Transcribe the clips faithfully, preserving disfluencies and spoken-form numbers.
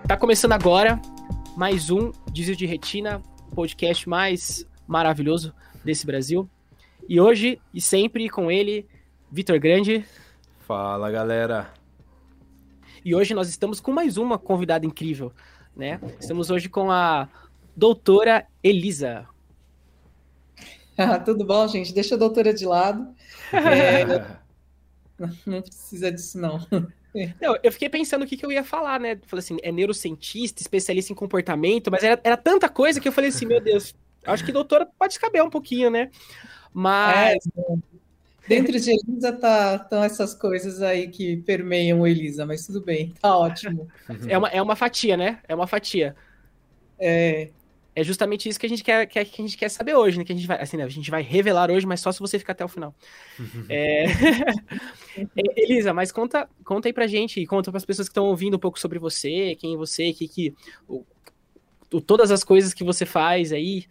Tá começando agora mais um Desvio de Retina, o podcast mais maravilhoso desse Brasil. E hoje, e sempre, com ele, Vitor Grande. Fala, galera. E hoje nós estamos com mais uma convidada incrível, né? Estamos hoje com a doutora Elisa. Ah, tudo bom, gente? Deixa a doutora de lado. É, não precisa disso, não. Não, eu fiquei pensando o que, que eu ia falar, né? Falei assim, é neurocientista, especialista em comportamento, mas era, era tanta coisa que eu falei assim, meu Deus, acho que doutora pode caber um pouquinho, né? Mas... É, dentro de Elisa tá, estão essas coisas aí que permeiam o Elisa, mas tudo bem, tá ótimo. É uma, é uma fatia, né? É uma fatia. É... É justamente isso que a gente quer, que a gente quer saber hoje, né? Que a gente vai, assim, né? A gente vai revelar hoje, mas só se você ficar até o final. É... Elisa, mas conta, conta aí pra gente, e conta pras pessoas que estão ouvindo um pouco sobre você, quem é você, que, que, o, o, todas as coisas que você faz aí.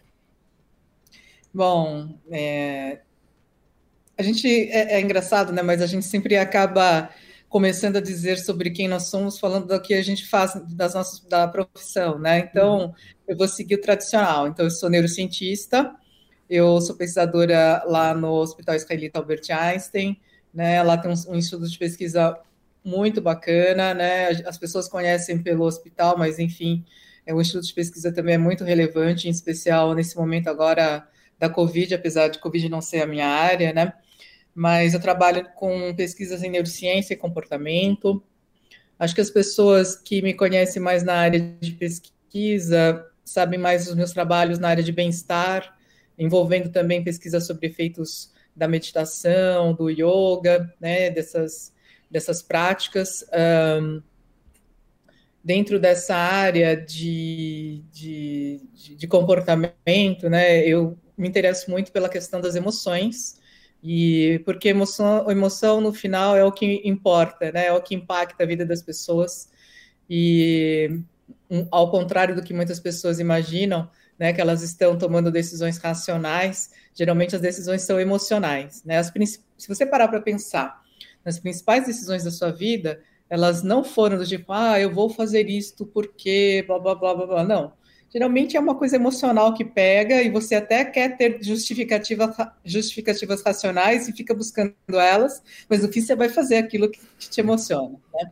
Bom, é... a gente é, é engraçado, né? Mas a gente sempre acaba começando a dizer sobre quem nós somos, falando do que a gente faz das nossas, da profissão, né? Então, uhum. eu vou seguir o tradicional. Então, eu sou neurocientista, eu sou pesquisadora lá no Hospital Israelita Albert Einstein, né? Lá tem um, um instituto de pesquisa muito bacana, né? As pessoas conhecem pelo hospital, mas, enfim, é, o instituto de pesquisa também é muito relevante, em especial nesse momento agora da Covid, apesar de Covid não ser a minha área, né? Mas eu trabalho com pesquisas em neurociência e comportamento. Acho que as pessoas que me conhecem mais na área de pesquisa sabem mais dos meus trabalhos na área de bem-estar, envolvendo também pesquisa sobre efeitos da meditação, do yoga, né, dessas, dessas práticas. Um, dentro dessa área de, de, de comportamento, né, eu me interesso muito pela questão das emoções, e porque emoção, emoção no final é o que importa, né? É o que impacta a vida das pessoas. E um, ao contrário do que muitas pessoas imaginam, né? Que elas estão tomando decisões racionais, geralmente as decisões são emocionais, né? As, se você parar para pensar nas principais decisões da sua vida, elas não foram do tipo, ah, eu vou fazer isto porque blá blá blá blá blá. Não. Geralmente é uma coisa emocional que pega e você até quer ter justificativa, justificativas racionais e fica buscando elas, mas no fim você vai fazer aquilo que te emociona, né?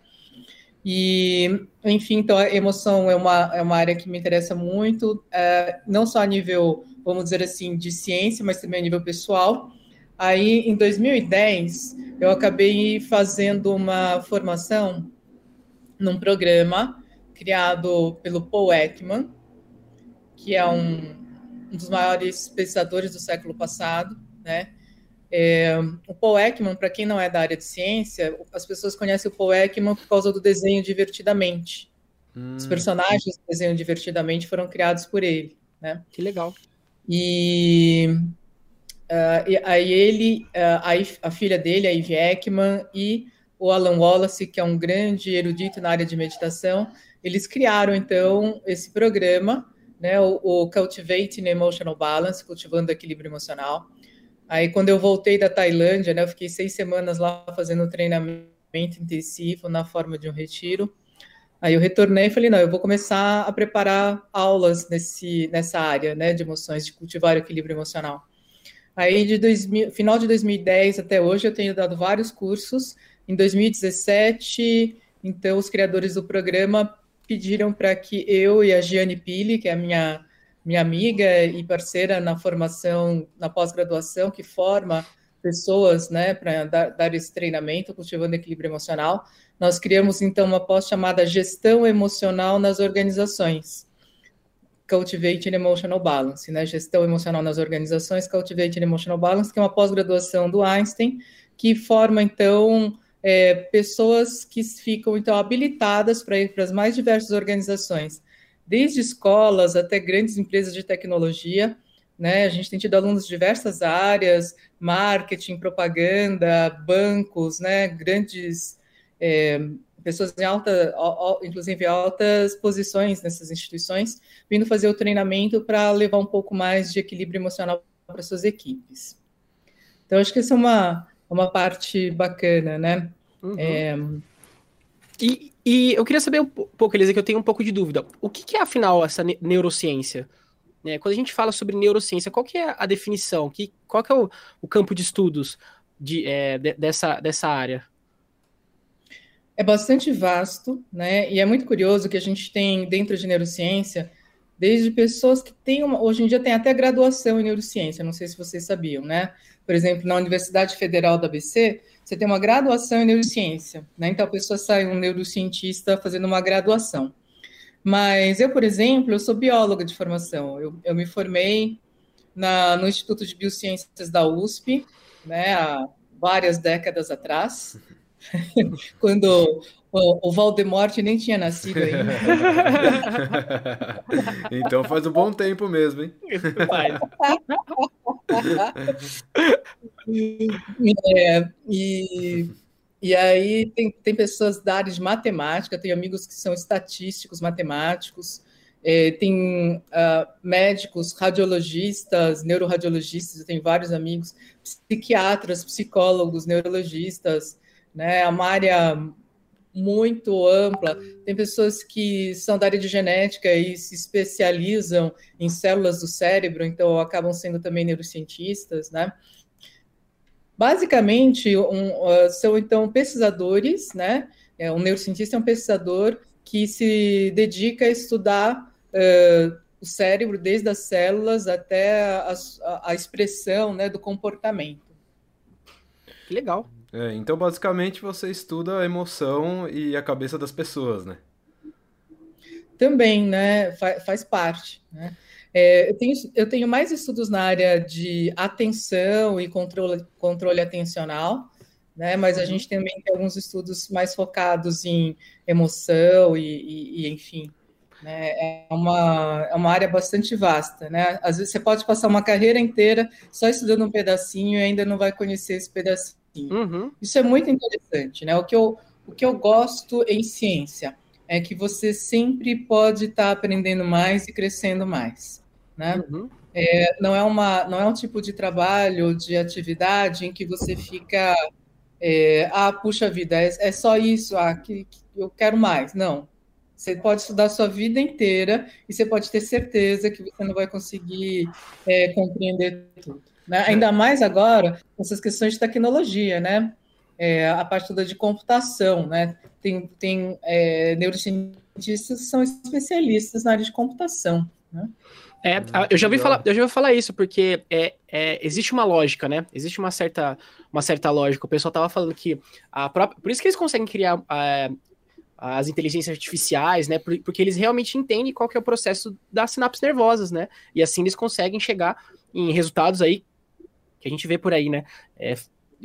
E, enfim, então a emoção é uma, é uma área que me interessa muito, é, não só a nível, vamos dizer assim, de ciência, mas também a nível pessoal. Aí, em dois mil e dez, eu acabei fazendo uma formação num programa criado pelo Paul Ekman, que é um, um dos maiores pesquisadores do século passado, né? É, o Paul Ekman, para quem não é da área de ciência, as pessoas conhecem o Paul Ekman por causa do desenho Divertidamente. Hum. Os personagens do desenho Divertidamente foram criados por ele, né? Que legal. E, uh, e aí ele, uh, a, a filha dele, a Ivy Ekman, e o Alan Wallace, que é um grande erudito na área de meditação, eles criaram, então, esse programa, né, o, o Cultivating Emotional Balance, cultivando o equilíbrio emocional. Aí, quando eu voltei da Tailândia, né, eu fiquei seis semanas lá fazendo treinamento intensivo na forma de um retiro. Aí eu retornei e falei, não, eu vou começar a preparar aulas nesse, nessa área, né, de emoções, de cultivar o equilíbrio emocional. Aí, de dois mil, final de dois mil e dez até hoje, eu tenho dado vários cursos. Em dois mil e dezessete, então, os criadores do programa pediram para que eu e a Giane Pili, que é a minha, minha amiga e parceira na formação, na pós-graduação, que forma pessoas, né, para dar, dar esse treinamento, cultivando equilíbrio emocional, nós criamos, então, uma pós chamada Gestão Emocional nas Organizações, Cultivating Emotional Balance, né, Gestão Emocional nas Organizações, Cultivating Emotional Balance, que é uma pós-graduação do Einstein, que forma, então, É, pessoas que ficam, então, habilitadas para ir para as mais diversas organizações, desde escolas até grandes empresas de tecnologia, né? A gente tem tido alunos de diversas áreas, marketing, propaganda, bancos, né? Grandes é, pessoas em alta, inclusive altas posições nessas instituições, vindo fazer o treinamento para levar um pouco mais de equilíbrio emocional para suas equipes. Então, acho que essa é uma... uma parte bacana, né? Uhum. É... E, E eu queria saber um pouco, Elisa, que eu tenho um pouco de dúvida. O que, que é, afinal, essa ne neurociência? Né? Quando a gente fala sobre neurociência, qual que é a definição? Que, qual que é o, o campo de estudos de, é, de, dessa, dessa área? É bastante vasto, né? E é muito curioso que a gente tem dentro de neurociência, desde pessoas que têm uma, hoje em dia tem até graduação em neurociência, não sei se vocês sabiam, né? Por exemplo, na Universidade Federal do A B C, você tem uma graduação em neurociência, né? Então a pessoa sai um neurocientista fazendo uma graduação. Mas eu, por exemplo, eu sou bióloga de formação. Eu, eu me formei na, no Instituto de Biociências da U S P, né? Há várias décadas atrás. Quando o, o Voldemort nem tinha nascido ainda. Então faz um bom tempo mesmo, hein? Faz. É, e, e aí tem, tem pessoas da área de matemática, tem amigos que são estatísticos, matemáticos, é, tem uh, médicos, radiologistas, neuroradiologistas, eu tenho vários amigos, psiquiatras, psicólogos, neurologistas, né? É uma área muito ampla. Tem pessoas que são da área de genética e se especializam em células do cérebro, então acabam sendo também neurocientistas, né? Basicamente, um, uh, são então pesquisadores, né? É, um neurocientista é um pesquisador que se dedica a estudar uh, o cérebro, desde as células até a, a, a expressão, né, do comportamento. Que legal. É, então, basicamente, você estuda a emoção e a cabeça das pessoas, né? Também, né, faz, faz parte, né? É, eu, tenho, eu tenho mais estudos na área de atenção e controle, controle atencional, né? Mas a gente também tem alguns estudos mais focados em emoção e, e, e enfim, né? É uma, é uma área bastante vasta, né? Às vezes você pode passar uma carreira inteira só estudando um pedacinho e ainda não vai conhecer esse pedacinho. Uhum. Isso é muito interessante, né? O que eu, o que eu gosto em ciência é que você sempre pode estar aprendendo mais e crescendo mais, né? Uhum. É, não é uma, não é um tipo de trabalho, de atividade em que você fica, é, ah, puxa vida, é, é só isso, ah, que, que eu quero mais. Não. Você pode estudar a sua vida inteira e você pode ter certeza que você não vai conseguir é, compreender tudo, né? Ainda mais agora, essas questões de tecnologia, né? É, a parte toda de computação, né? Tem, tem é, neurocientistas que são especialistas na área de computação, né? É, eu já ouvi falar, eu já ouvi falar isso, porque é, é, existe uma lógica, né? Existe uma certa, uma certa lógica. O pessoal tava falando que a própria. Por isso que eles conseguem criar é, as inteligências artificiais, né? Porque eles realmente entendem qual que é o processo das sinapses nervosas, né? E assim eles conseguem chegar em resultados aí que a gente vê por aí, né? É,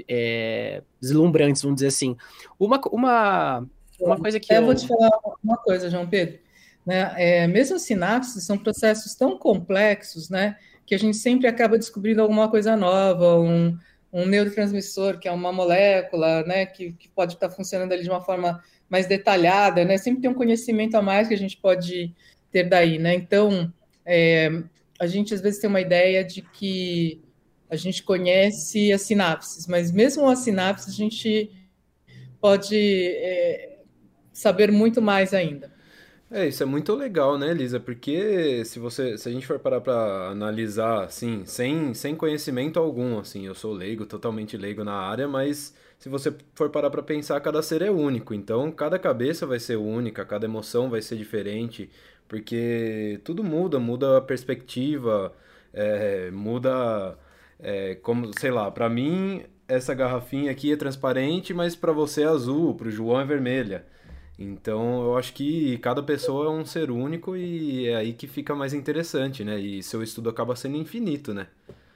é, deslumbrantes, vamos dizer assim. Uma, uma, uma coisa que eu... eu... eu vou te falar uma coisa, João Pedro. Né? É, mesmo as sinapses são processos tão complexos, né, que a gente sempre acaba descobrindo alguma coisa nova, um, um neurotransmissor, que é uma molécula, né, que, que pode estar funcionando ali de uma forma mais detalhada, né, sempre tem um conhecimento a mais que a gente pode ter daí, né, então é, a gente às vezes tem uma ideia de que a gente conhece as sinapses, mas mesmo as sinapses a gente pode é, saber muito mais ainda. É, isso é muito legal, né, Elisa? Porque se você, se a gente for parar para analisar, assim, sem, sem conhecimento algum, assim, eu sou leigo, totalmente leigo na área, mas se você for parar para pensar, cada ser é único. Então, cada cabeça vai ser única, cada emoção vai ser diferente, porque tudo muda, muda a perspectiva, é, muda, é, como, sei lá, para mim essa garrafinha aqui é transparente, mas para você é azul, para o João é vermelha. Então, eu acho que cada pessoa é um ser único e é aí que fica mais interessante, né? E seu estudo acaba sendo infinito, né?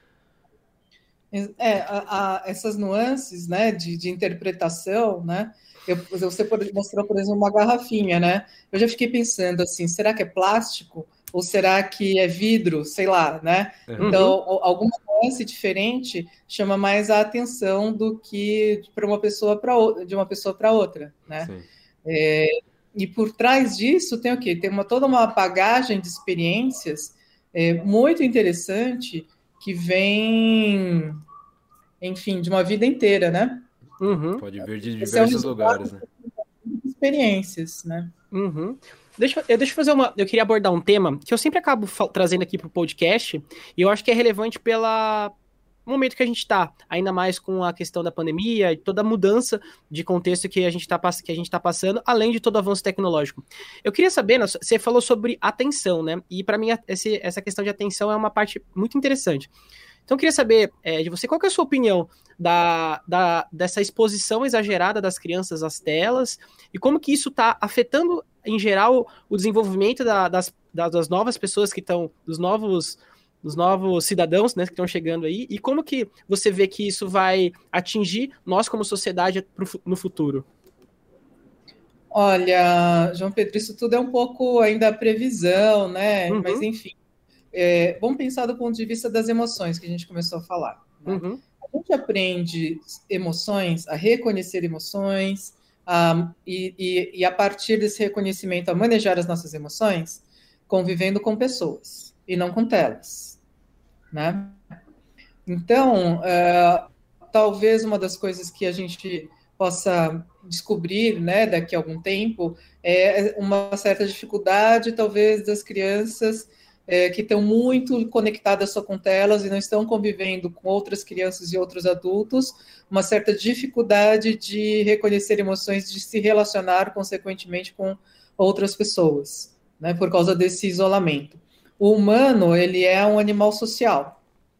É, a, a, essas nuances, né, de, de interpretação, né? Eu, você mostrou, por exemplo, uma garrafinha, né? Eu já fiquei pensando assim, será que é plástico? Ou será que é vidro? Sei lá, né? Uhum. Então, alguma nuance diferente chama mais a atenção do que para uma pessoa para de uma pessoa para outra, né? Sim. É, e por trás disso tem o quê? Tem uma, toda uma bagagem de experiências é, muito interessante que vem, enfim, de uma vida inteira, né? Uhum. Pode vir de diversos é um lugares, né? experiências, né? Uhum. Deixa, eu, deixa eu fazer uma. Eu queria abordar um tema que eu sempre acabo trazendo aqui para o podcast, e eu acho que é relevante pela momento que a gente está, ainda mais com a questão da pandemia e toda a mudança de contexto que a gente está que a gente tá passando, além de todo o avanço tecnológico. Eu queria saber, você falou sobre atenção, né? E para mim esse, essa questão de atenção é uma parte muito interessante. Então eu queria saber é, de você qual que é a sua opinião da, da, dessa exposição exagerada das crianças às telas e como que isso está afetando, em geral, o desenvolvimento da, das, das novas pessoas que estão, dos novos, dos novos cidadãos, né, que estão chegando aí, e como que você vê que isso vai atingir nós como sociedade pro, no futuro? Olha, João Pedro, isso tudo é um pouco ainda previsão, né? Uhum. Mas enfim. É, vamos pensar do ponto de vista das emoções que a gente começou a falar. Né? Uhum. A gente aprende emoções, a reconhecer emoções, a, e, e, e a partir desse reconhecimento a manejar as nossas emoções, convivendo com pessoas e não com telas. Né? Então, é, talvez uma das coisas que a gente possa descobrir, né, daqui a algum tempo é uma certa dificuldade, talvez, das crianças É, que estão muito conectadas só com telas e não estão convivendo com outras crianças e outros adultos, uma certa dificuldade de reconhecer emoções, de se relacionar, consequentemente, com outras pessoas, né, por causa desse isolamento. O humano, ele é um animal social.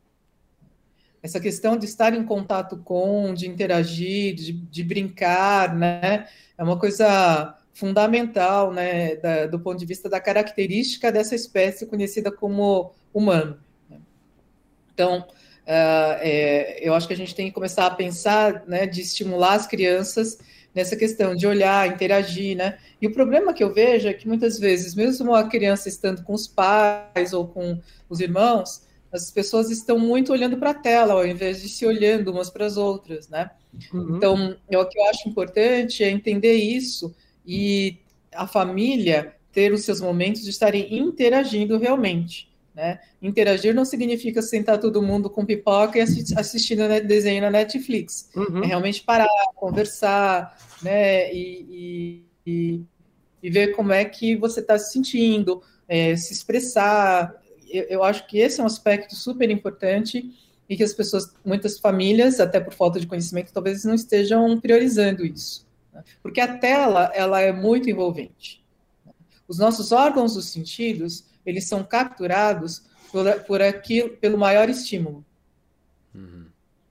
Essa questão de estar em contato com, de interagir, de, de brincar, né, é uma coisa fundamental, né, da, do ponto de vista da característica dessa espécie conhecida como humano. Então, uh, é, eu acho que a gente tem que começar a pensar, né, de estimular as crianças nessa questão de olhar, interagir, né? E o problema que eu vejo é que muitas vezes, mesmo a criança estando com os pais ou com os irmãos, as pessoas estão muito olhando para a tela, ao invés de se olhando umas para as outras, né? Uhum. Então, eu, o que eu acho importante é entender isso e a família ter os seus momentos de estarem interagindo realmente, né? Interagir não significa sentar todo mundo com pipoca e assistindo desenho na Netflix. Uhum. É realmente parar, conversar, né? E, e, e ver como é que você está se sentindo, é, se expressar. Eu, eu acho que esse é um aspecto super importante e que as pessoas, muitas famílias, até por falta de conhecimento, talvez não estejam priorizando isso. Porque a tela, ela é muito envolvente. Os nossos órgãos dos sentidos, eles são capturados por, por aquilo, pelo maior estímulo. Uhum.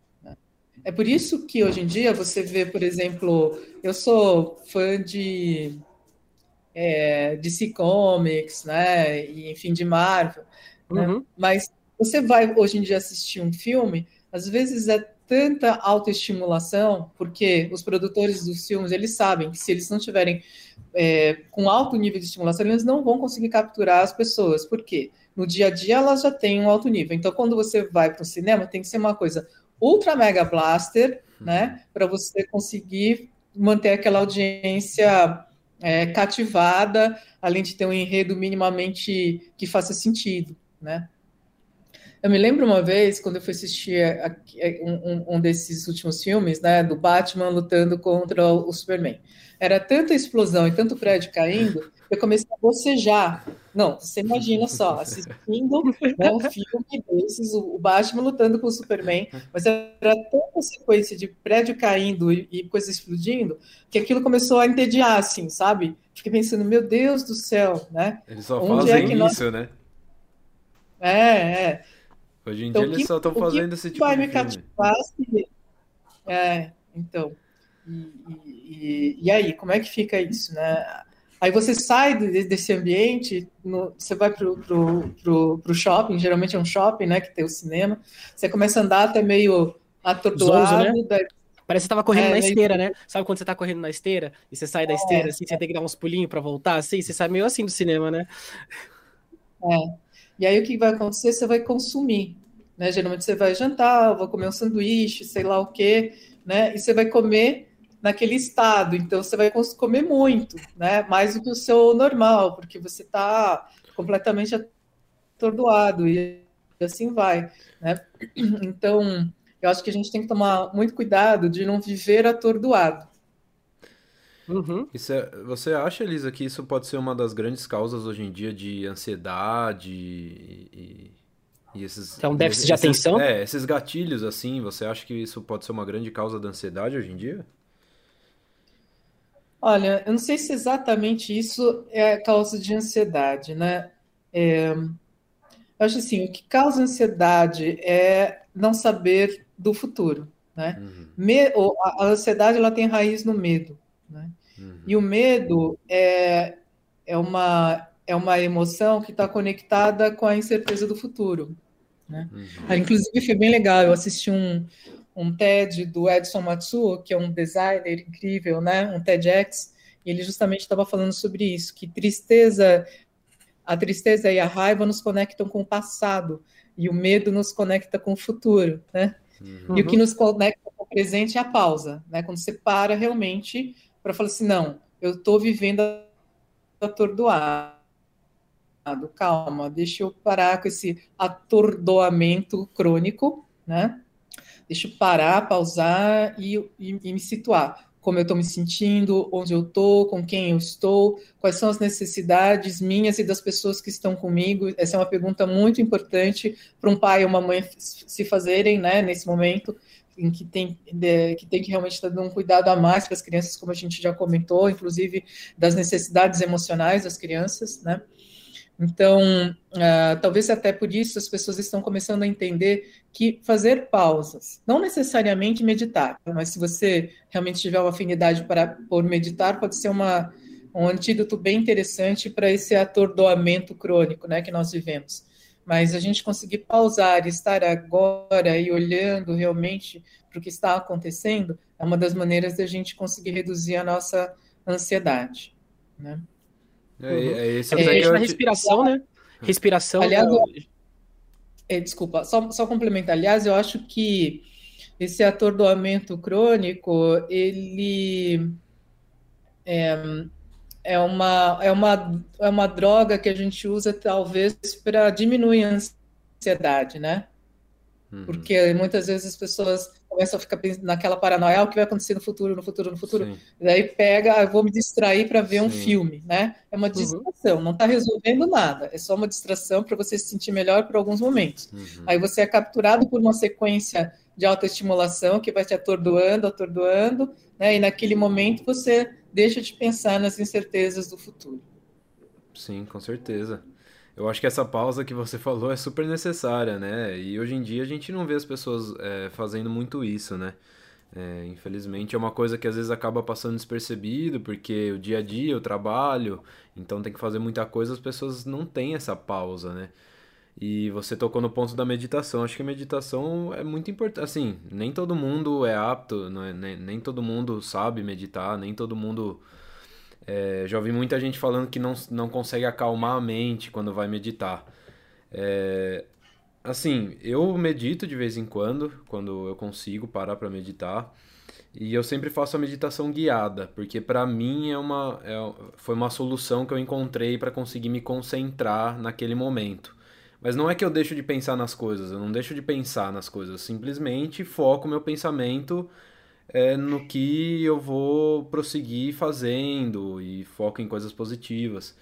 É por isso que, hoje em dia, você vê, por exemplo, eu sou fã de é, D C Comics, né, e, enfim, de Marvel, uhum. né? Mas você vai, hoje em dia, assistir um filme, às vezes é tanta autoestimulação, porque os produtores dos filmes, eles sabem que se eles não tiverem é, com alto nível de estimulação, eles não vão conseguir capturar as pessoas. Por quê? No dia a dia, elas já têm um alto nível. Então, quando você vai para o cinema, tem que ser uma coisa ultra mega blaster, né, para você conseguir manter aquela audiência é, cativada, além de ter um enredo minimamente que faça sentido, né? Eu me lembro uma vez, quando eu fui assistir um, um desses últimos filmes, né, do Batman lutando contra o Superman. Era tanta explosão e tanto prédio caindo, eu comecei a bocejar. Não, você imagina só, assistindo, né, um filme desses, o Batman lutando com o Superman, mas era tanta sequência de prédio caindo e, e coisas explodindo, que aquilo começou a entediar, assim, sabe? Fiquei pensando, meu Deus do céu, né? Eles só Onde fazem é que nós... isso, né? É, é. Hoje em então, dia eles que, só estão fazendo esse tipo vai de me filme. Cativar, se... É, então. E, e, e aí, como é que fica isso, né? Aí você sai desse ambiente, no, você vai pro, pro, pro, pro shopping, geralmente é um shopping, né, que tem o cinema, você começa a andar até meio atordoado. Zonzo, né? daí... Parece que você tava correndo é, na esteira, meio... né? Sabe quando você tá correndo na esteira e você sai da esteira, é, assim, é. você tem que dar uns pulinhos pra voltar, assim, você sai meio assim do cinema, né? É. E aí o que vai acontecer? Você vai consumir, né? Geralmente você vai jantar, vai comer um sanduíche, sei lá o quê, né? E você vai comer naquele estado, então você vai comer muito, né? Mais do que o seu normal, porque você está completamente atordoado e assim vai, né? Então, eu acho que a gente tem que tomar muito cuidado de não viver atordoado. Uhum. Isso é, você acha, Elisa, que isso pode ser uma das grandes causas hoje em dia de ansiedade e, e esses, É um e déficit de esses, atenção? é, esses gatilhos assim, você acha que isso pode ser uma grande causa da ansiedade hoje em dia? Olha, eu não sei se exatamente isso é causa de ansiedade, né? É, eu acho assim, o que causa ansiedade é não saber do futuro, né? Uhum, Me- o- a a ansiedade ela tem raiz no medo, né? E o uhum, medo é, é uma, é uma emoção que está conectada com a incerteza do futuro, né? Ah, uhum, inclusive, foi bem legal. Eu assisti um, um TED do Edson Matsuo, que é um designer incrível, né? Um TEDx, e ele justamente estava falando sobre isso, que tristeza, a tristeza e a raiva nos conectam com o passado, e o medo nos conecta com o futuro, né? uhum. E o que Uhum. nos conecta com o presente é a pausa, né? Quando você para realmente para falar assim, não, eu estou vivendo atordoado, calma, deixa eu parar com esse atordoamento crônico, né? Deixa eu parar, pausar e, e, e me situar. Como eu estou me sentindo, onde eu estou, com quem eu estou, quais são as necessidades minhas e das pessoas que estão comigo. Essa é uma pergunta muito importante para um pai ou uma mãe se fazerem, né, nesse momento, em que tem, de, que tem que realmente estar dando um cuidado a mais para as crianças, como a gente já comentou, inclusive das necessidades emocionais das crianças, né? Então, uh, talvez até por isso as pessoas estão começando a entender que fazer pausas, não necessariamente meditar, mas se você realmente tiver uma afinidade para por meditar, pode ser uma, um antídoto bem interessante para esse atordoamento crônico, né, que nós vivemos. Mas a gente conseguir pausar, estar agora e olhando realmente para o que está acontecendo, é uma das maneiras da gente conseguir reduzir a nossa ansiedade, né? É, Uhum. é esse É, até que mexe na eu te... respiração, né? Respiração. Aliás, É, desculpa, só, só complementar. Aliás, eu acho que esse atordoamento crônico, ele é uma, é uma, é uma droga que a gente usa talvez para diminuir a ansiedade, né? Uhum, Porque muitas vezes as pessoas começam a ficar naquela paranoia, ah, o que vai acontecer no futuro, no futuro, no futuro. sim, E daí pega, ah, eu vou me distrair para ver um sim. filme, né? É uma Uhum. distração, não está resolvendo nada, é só uma distração para você se sentir melhor por alguns momentos. Uhum. Aí você é capturado por uma sequência de autoestimulação que vai te atordoando, atordoando, né? E naquele momento você deixa de pensar nas incertezas do futuro. Sim, com certeza. Eu acho que essa pausa que você falou é super necessária, né? E hoje em dia a gente não vê as pessoas é, fazendo muito isso, né? É, infelizmente é uma coisa que às vezes acaba passando despercebido, porque o dia a dia, o trabalho, então tem que fazer muita coisa, as pessoas não têm essa pausa, né? E você tocou no ponto da meditação. Acho que a meditação é muito importante. Assim, nem todo mundo é apto, não é- nem, nem todo mundo sabe meditar, nem todo mundo. É, já ouvi muita gente falando que não, não consegue acalmar a mente quando vai meditar. É, assim, eu medito de vez em quando, quando eu consigo parar para meditar. E eu sempre faço a meditação guiada, porque para mim é uma, é, foi uma solução que eu encontrei para conseguir me concentrar naquele momento. Mas não é que eu deixo de pensar nas coisas, eu não deixo de pensar nas coisas, eu simplesmente foco meu pensamento é, no que eu vou prosseguir fazendo e foco em coisas positivas.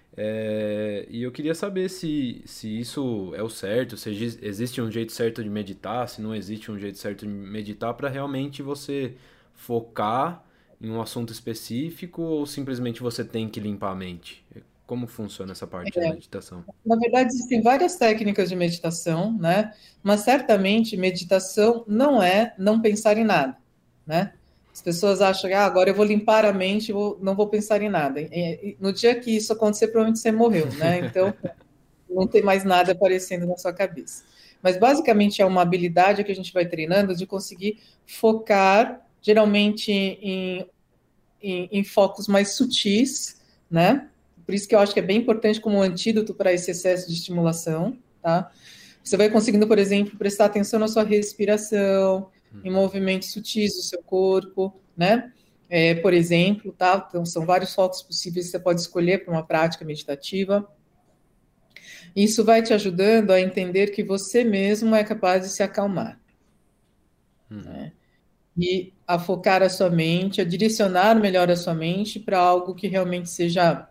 É, e eu queria saber se, se isso é o certo, se exi- existe um jeito certo de meditar, se não existe um jeito certo de meditar para realmente você focar em um assunto específico ou simplesmente você tem que limpar a mente? Como funciona essa parte da meditação? Na verdade, existem várias técnicas de meditação, né? Mas certamente meditação não é não pensar em nada, né? As pessoas acham que ah, agora eu vou limpar a mente, vou, não vou pensar em nada. E, e, no dia que isso acontecer, provavelmente você morreu, né? Então, não tem mais nada aparecendo na sua cabeça. Mas basicamente é uma habilidade que a gente vai treinando de conseguir focar, geralmente em, em, em focos mais sutis, né? Por isso que eu acho que é bem importante como um antídoto para esse excesso de estimulação, tá? Você vai conseguindo, por exemplo, prestar atenção na sua respiração, em movimentos sutis do seu corpo, né? É, por exemplo, tá? Então, são vários focos possíveis que você pode escolher para uma prática meditativa. Isso vai te ajudando a entender que você mesmo é capaz de se acalmar, Uhum. né? e a focar a sua mente, a direcionar melhor a sua mente para algo que realmente seja,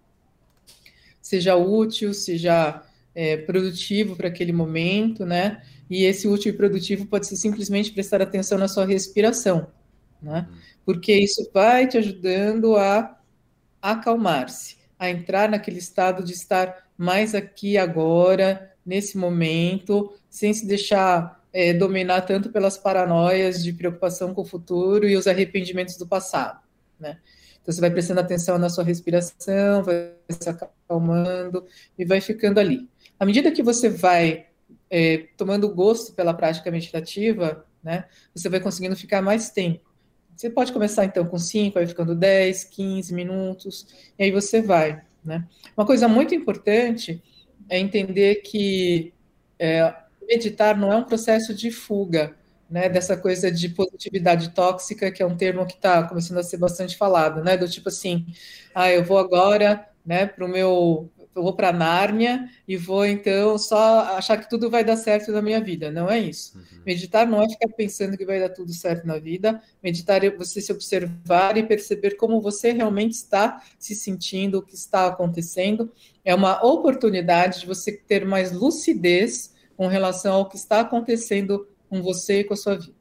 seja útil, seja é, produtivo para aquele momento, né? E esse útil e produtivo pode ser simplesmente prestar atenção na sua respiração, né? Porque isso vai te ajudando a acalmar-se, a entrar naquele estado de estar mais aqui agora, nesse momento, sem se deixar é, dominar tanto pelas paranoias de preocupação com o futuro e os arrependimentos do passado, né? Então, você vai prestando atenção na sua respiração, vai se acalmando e vai ficando ali. À medida que você vai é, tomando gosto pela prática meditativa, né, você vai conseguindo ficar mais tempo. Você pode começar, então, com cinco, vai ficando dez, quinze minutos, e aí você vai, né? Uma coisa muito importante é entender que é, meditar não é um processo de fuga, né? Dessa coisa de positividade tóxica, que é um termo que está começando a ser bastante falado, né? Do tipo assim, ah, eu vou agora, né, para o meu... eu vou para Nárnia e vou, então, só achar que tudo vai dar certo na minha vida. Não é isso. Uhum. Meditar não é ficar pensando que vai dar tudo certo na vida. Meditar é você se observar e perceber como você realmente está se sentindo, o que está acontecendo. É uma oportunidade de você ter mais lucidez com relação ao que está acontecendo com você e com a sua vida,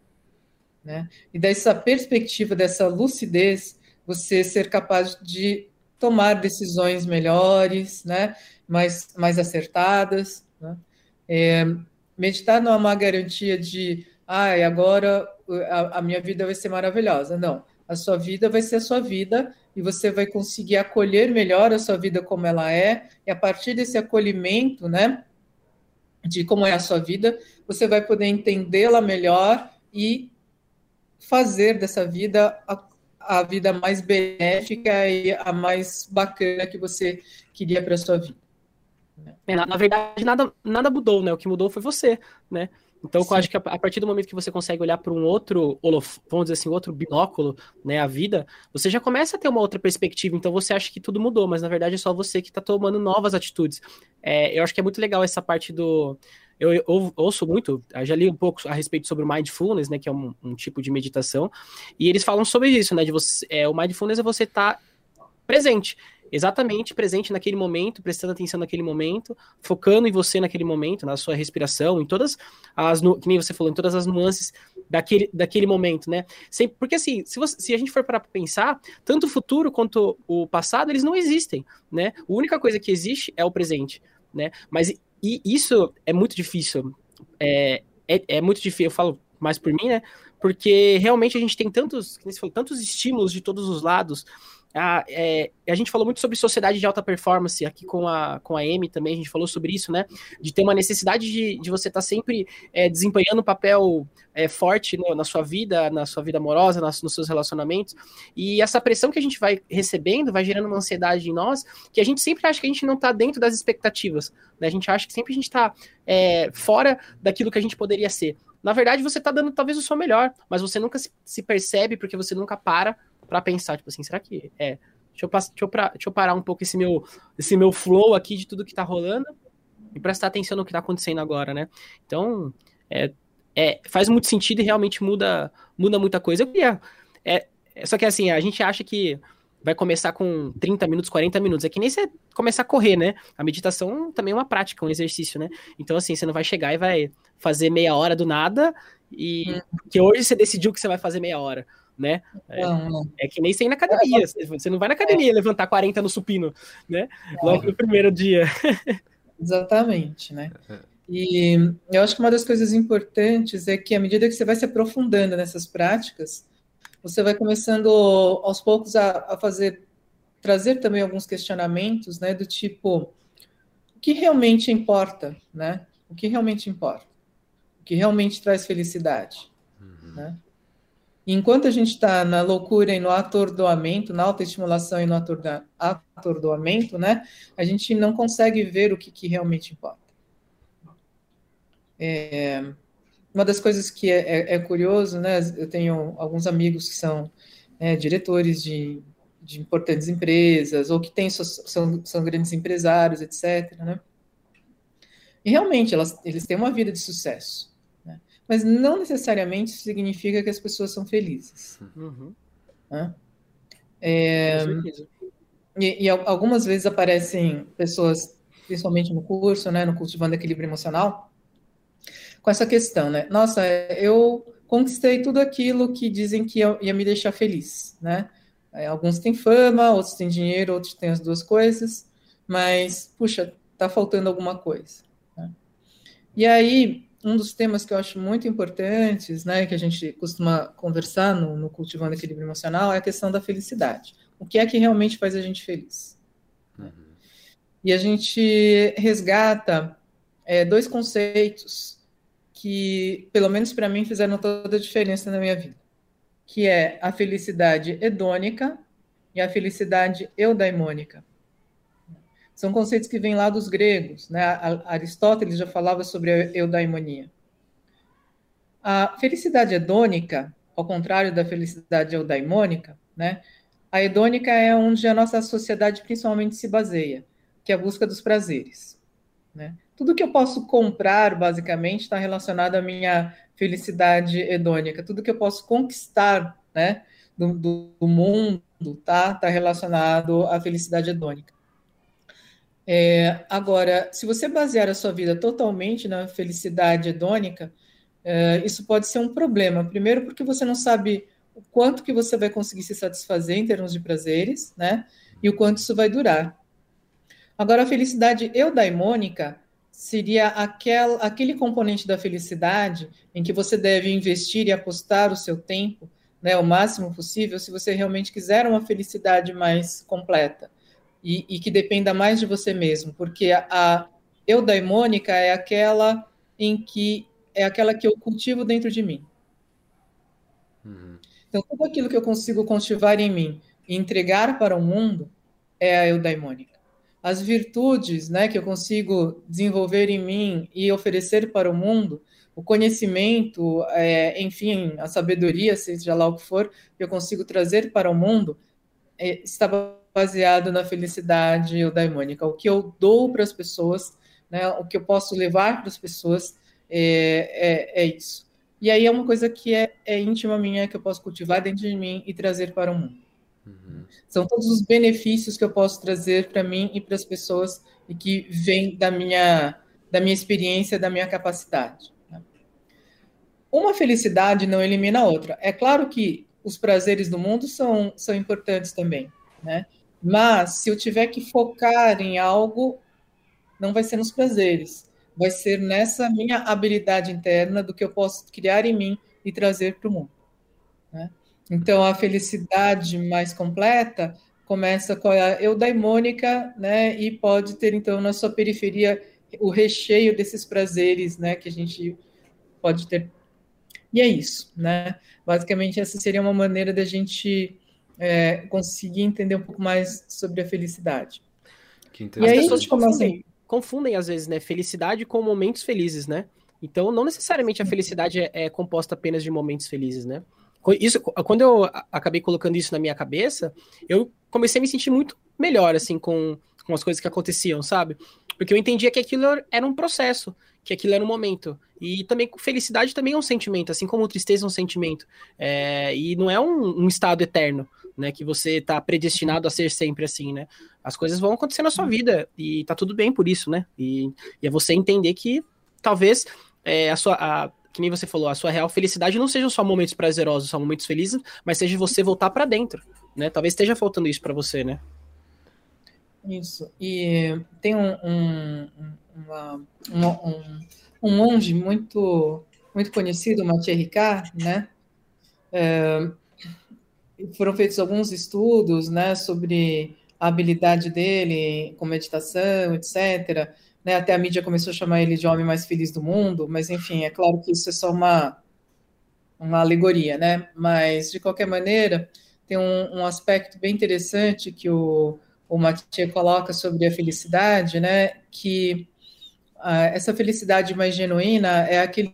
né? E dessa perspectiva, dessa lucidez, você ser capaz de tomar decisões melhores, né, mais, mais acertadas, né? É, meditar não é uma garantia de, ah, agora a, a minha vida vai ser maravilhosa. Não, a sua vida vai ser a sua vida e você vai conseguir acolher melhor a sua vida como ela é, e a partir desse acolhimento, né, de como é a sua vida, você vai poder entendê-la melhor e fazer dessa vida a a vida mais benéfica e a mais bacana que você queria para a sua vida. É, na, na verdade, nada, nada mudou, né? O que mudou foi você, né? Então, Sim. eu acho que a, a partir do momento que você consegue olhar para um outro, vamos dizer assim, outro binóculo, né, a vida, você já começa a ter uma outra perspectiva. Então, você acha que tudo mudou, mas na verdade é só você que está tomando novas atitudes. É, eu acho que é muito legal essa parte do... Eu, eu, eu ouço muito, eu já li um pouco a respeito sobre o mindfulness, né, que é um, um tipo de meditação, e eles falam sobre isso, né, de você, é, o mindfulness é você estar tá presente, exatamente presente naquele momento, prestando atenção naquele momento, focando em você naquele momento, na sua respiração, em todas as, que nem você falou, em todas as nuances daquele, daquele momento, né, Sempre, porque assim, se, você, se a gente for parar para pensar, tanto o futuro quanto o passado, eles não existem, né, a única coisa que existe é o presente, né, mas e isso é muito difícil, é, é, é muito difícil, eu falo mais por mim, né, porque realmente a gente tem tantos, como você falou, tantos estímulos de todos os lados. A, é, a gente falou muito sobre sociedade de alta performance aqui com a, com a Amy também, a gente falou sobre isso, né, de ter uma necessidade de, de você estar tá sempre é, desempenhando um papel é, forte no, na sua vida, na sua vida amorosa, nas, nos seus relacionamentos, e essa pressão que a gente vai recebendo vai gerando uma ansiedade em nós, que a gente sempre acha que a gente não está dentro das expectativas, né, a gente acha que sempre a gente está é, fora daquilo que a gente poderia ser. Na verdade, você está dando talvez o seu melhor, mas você nunca se, se percebe porque você nunca para para pensar, tipo assim, será que é? Deixa eu, deixa, eu pra, deixa eu parar um pouco esse meu, esse meu flow aqui de tudo que tá rolando e prestar atenção no que tá acontecendo agora, né? Então, é, é, faz muito sentido e realmente muda, muda muita coisa. Eu queria, é, só que assim, a gente acha que vai começar com trinta minutos, quarenta minutos. É que nem você começar a correr, né? A meditação também é uma prática, um exercício, né? Então, assim, você não vai chegar e vai fazer meia hora do nada e hum. que hoje você decidiu que você vai fazer meia hora. Né? É, é que nem você ir na academia. Você não vai na academia é. levantar quarenta no supino, né? Logo no primeiro dia. Exatamente, né? E eu acho que uma das coisas importantes é que à medida que você vai se aprofundando nessas práticas, você vai começando aos poucos a, a fazer, trazer também alguns questionamentos, né? Do tipo, o que realmente importa, né? O que realmente importa? O que realmente traz felicidade, uhum. né? Enquanto a gente está na loucura e no atordoamento, na autoestimulação e no atordoamento, né, a gente não consegue ver o que, que realmente importa. É, uma das coisas que é, é, é curioso, né, eu tenho alguns amigos que são é, diretores de, de importantes empresas, ou que têm, são, são grandes empresários, etcétera, né? E realmente, elas, eles têm uma vida de sucesso. mas não necessariamente isso significa que as pessoas são felizes. Uhum. Né? É, e, e algumas vezes aparecem pessoas, principalmente no curso, né, no Cultivando Equilíbrio Emocional, com essa questão, né? Nossa, eu conquistei tudo aquilo que dizem que ia, ia me deixar feliz, né? Alguns têm fama, outros têm dinheiro, outros têm as duas coisas, mas, puxa, tá faltando alguma coisa. Né? E aí, um dos temas que eu acho muito importantes, né, que a gente costuma conversar no, no Cultivando Equilíbrio Emocional, é a questão da felicidade. O que é que realmente faz a gente feliz? Uhum. E a gente resgata é, dois conceitos que, pelo menos para mim, fizeram toda a diferença na minha vida, que é a felicidade hedônica e a felicidade eudaimônica. São conceitos que vêm lá dos gregos, né? Aristóteles já falava sobre a eudaimonia. A felicidade hedônica, ao contrário da felicidade eudaimônica, né? A hedônica é onde a nossa sociedade principalmente se baseia, que é a busca dos prazeres. Né? Tudo que eu posso comprar, basicamente, está relacionado à minha felicidade hedônica. Tudo que eu posso conquistar, né, do, do mundo está tá relacionado à felicidade hedônica. É, agora, se você basear a sua vida totalmente na felicidade hedônica, é, isso pode ser um problema. Primeiro, porque você não sabe o quanto que você vai conseguir se satisfazer em termos de prazeres, né? E o quanto isso vai durar. Agora, a felicidade eudaimônica seria aquel, aquele componente da felicidade em que você deve investir e apostar o seu tempo, né, o máximo possível, se você realmente quiser uma felicidade mais completa e, e que dependa mais de você mesmo, porque a, a eudaimônica é aquela em que é aquela que eu cultivo dentro de mim. Uhum. Então, tudo aquilo que eu consigo cultivar em mim e entregar para o mundo é a eudaimônica. As virtudes, né, que eu consigo desenvolver em mim e oferecer para o mundo, o conhecimento, é, enfim, a sabedoria, seja lá o que for, que eu consigo trazer para o mundo, é, está baseado na felicidade eudaimônica. O que eu dou para as pessoas, né, o que eu posso levar para as pessoas, é, é, é isso. E aí é uma coisa que é, é íntima minha, que eu posso cultivar dentro de mim e trazer para o mundo. Uhum. São todos os benefícios que eu posso trazer para mim e para as pessoas e que vêm da minha, da minha experiência, da minha capacidade. Né? Uma felicidade não elimina a outra. É claro que os prazeres do mundo são, são importantes também, né? Mas se eu tiver que focar em algo, não vai ser nos prazeres, vai ser nessa minha habilidade interna do que eu posso criar em mim e trazer para o mundo. Né? Então, a felicidade mais completa começa com a eudaimônica, né? E pode ter, então, na sua periferia, o recheio desses prazeres, né? Que a gente pode ter. E é isso, né? Basicamente, essa seria uma maneira da gente é, conseguir entender um pouco mais sobre a felicidade. Que e aí, as pessoas confundem, confundem, às vezes, né? Felicidade com momentos felizes, né? Então, não necessariamente a felicidade é, é composta apenas de momentos felizes, né? Isso, quando eu acabei colocando isso na minha cabeça, eu comecei a me sentir muito melhor, assim, com, com as coisas que aconteciam, sabe? Porque eu entendia que aquilo era um processo, que aquilo era um momento. E também felicidade também é um sentimento, assim como tristeza é um sentimento. É, e não é um, um estado eterno, né? Que você tá predestinado a ser sempre assim, né? As coisas vão acontecer na sua vida e tá tudo bem por isso, né? E, e é você entender que talvez é, a sua... A, que nem você falou, a sua real felicidade não sejam só momentos prazerosos, só momentos felizes, mas seja você voltar para dentro, né? Talvez esteja faltando isso para você, né? Isso. E tem um, um, uma, uma, um, um monge muito, muito conhecido, Mathieu Ricard, né? É, foram feitos alguns estudos, né, sobre a habilidade dele com meditação, etcétera, né, até a mídia começou a chamar ele de homem mais feliz do mundo, mas, enfim, é claro que isso é só uma, uma alegoria, né? Mas, de qualquer maneira, tem um, um aspecto bem interessante que o, o Mathieu coloca sobre a felicidade, né? Que ah, essa felicidade mais genuína é aquele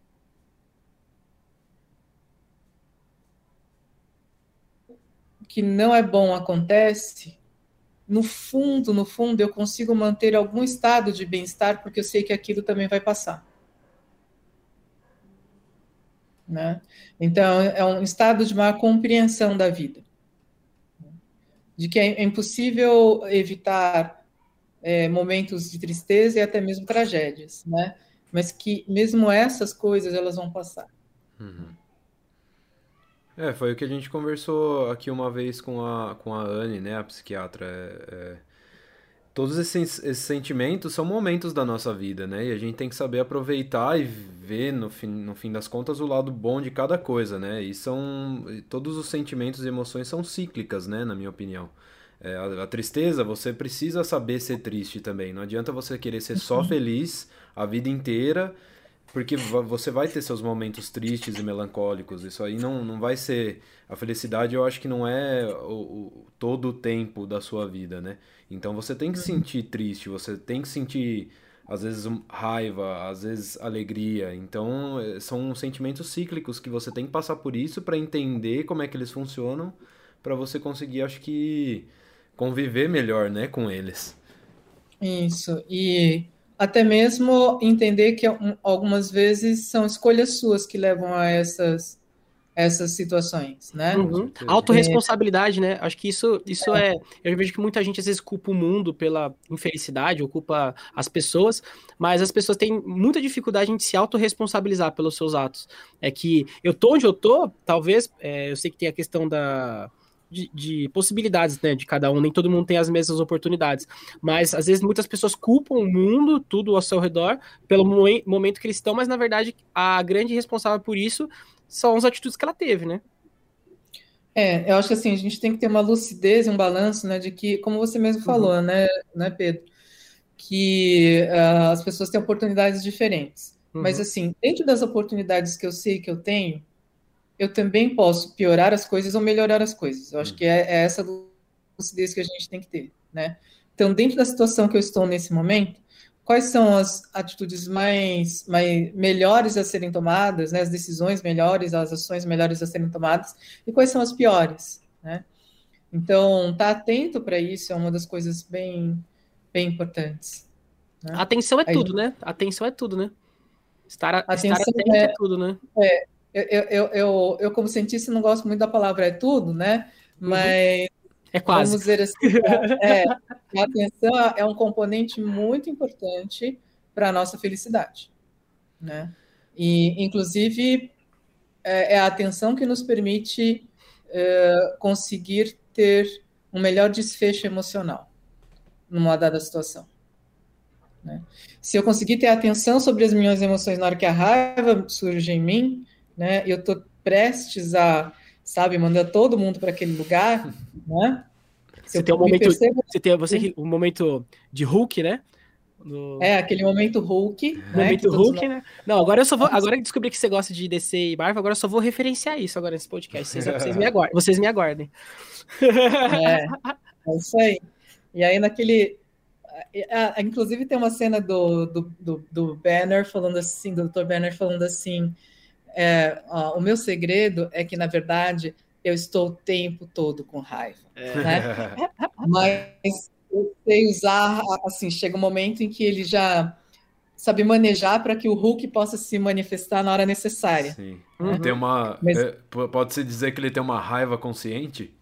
que não é bom acontece, no fundo, no fundo, eu consigo manter algum estado de bem-estar, porque eu sei que aquilo também vai passar. né? Então, é um estado de maior compreensão da vida, de que é impossível evitar é, momentos de tristeza e até mesmo tragédias, né? Mas que mesmo essas coisas, elas vão passar. Uhum. É, foi o que a gente conversou aqui uma vez com a, com a Anne, né, a psiquiatra. É, é, todos esses, esses sentimentos são momentos da nossa vida, né? E a gente tem que saber aproveitar e ver, no fim, no fim das contas, o lado bom de cada coisa, né? E são... e todos os sentimentos e emoções são cíclicas, né? Na minha opinião. É, a, a tristeza, você precisa saber ser triste também. Não adianta você querer ser só feliz a vida inteira, porque va- você vai ter seus momentos tristes e melancólicos. Isso aí não, não vai ser. A felicidade eu acho que não é o, o- todo o tempo da sua vida, né? Então você tem que sentir triste, você tem que sentir, às vezes, um- raiva, às vezes, alegria. Então eh, são sentimentos cíclicos que você tem que passar por isso para entender como é que eles funcionam, para você conseguir, acho que, conviver melhor, né, com eles. Isso, e até mesmo entender que um, algumas vezes são escolhas suas que levam a essas, essas situações, né? Com Uhum. certeza. Autorresponsabilidade, né? Acho que isso, isso é. Eu vejo que muita gente às vezes culpa o mundo pela infelicidade, ou culpa as pessoas, mas as pessoas têm muita dificuldade em se autorresponsabilizar pelos seus atos. É que eu tô onde eu tô, talvez, é, eu sei que tem a questão da. De, de possibilidades, né, de cada um, nem todo mundo tem as mesmas oportunidades, mas às vezes muitas pessoas culpam o mundo, tudo ao seu redor, pelo moe- momento que eles estão, mas na verdade a grande responsável por isso são as atitudes que ela teve, né? É, eu acho que assim, a gente tem que ter uma lucidez, um balanço, né, de que, como você mesmo Uhum, falou, né, né, Pedro, que ah, as pessoas têm oportunidades diferentes. Mas uhum, assim, dentro das oportunidades que eu sei que eu tenho, eu também posso piorar as coisas ou melhorar as coisas. Eu acho que Uhum. é, é essa lucidez que a gente tem que ter, né? Então, dentro da situação que eu estou nesse momento, quais são as atitudes mais, mais melhores a serem tomadas, né? As decisões melhores, as ações melhores a serem tomadas, e quais são as piores, né? Então, estar atento para isso é uma das coisas bem, bem importantes, né? atenção é Aí, tudo, né? Atenção é tudo, né? Estar, estar atenção atento é é, tudo, né? é eu, eu, eu, eu, como cientista, não gosto muito da palavra é tudo, né? Uhum. Mas É quase. vamos dizer assim, é, a atenção é um componente muito importante para a nossa felicidade, né? E, inclusive, é, é a atenção que nos permite é, conseguir ter um melhor desfecho emocional numa dada situação, né? Se eu conseguir ter atenção sobre as minhas emoções na hora que a raiva surge em mim, né? Eu estou prestes a, sabe, mandar todo mundo para aquele lugar, né? Se Você eu tem um me momento, percebo, você tem você, um momento de Hulk, né? No é aquele momento Hulk, né? Que momento todos Hulk, nós né? Não, agora eu só vou. temos. Agora que eu descobri que você gosta de D C e Marvel, agora eu só vou referenciar isso agora nesse podcast. Vocês, vocês me aguardem. Vocês me aguardem. É, é isso aí. E aí naquele. a- a- Inclusive tem uma cena do, do, do, do Banner falando assim, do doutor Banner falando assim: é, ó, o meu segredo é que, na verdade, eu estou o tempo todo com raiva, né? Mas eu sei usar, assim, chega um momento em que ele já sabe manejar para que o Hulk possa se manifestar na hora necessária, Sim. Ele né? tem Uhum. uma. Mas é, p- Pode-se dizer que ele tem uma raiva consciente?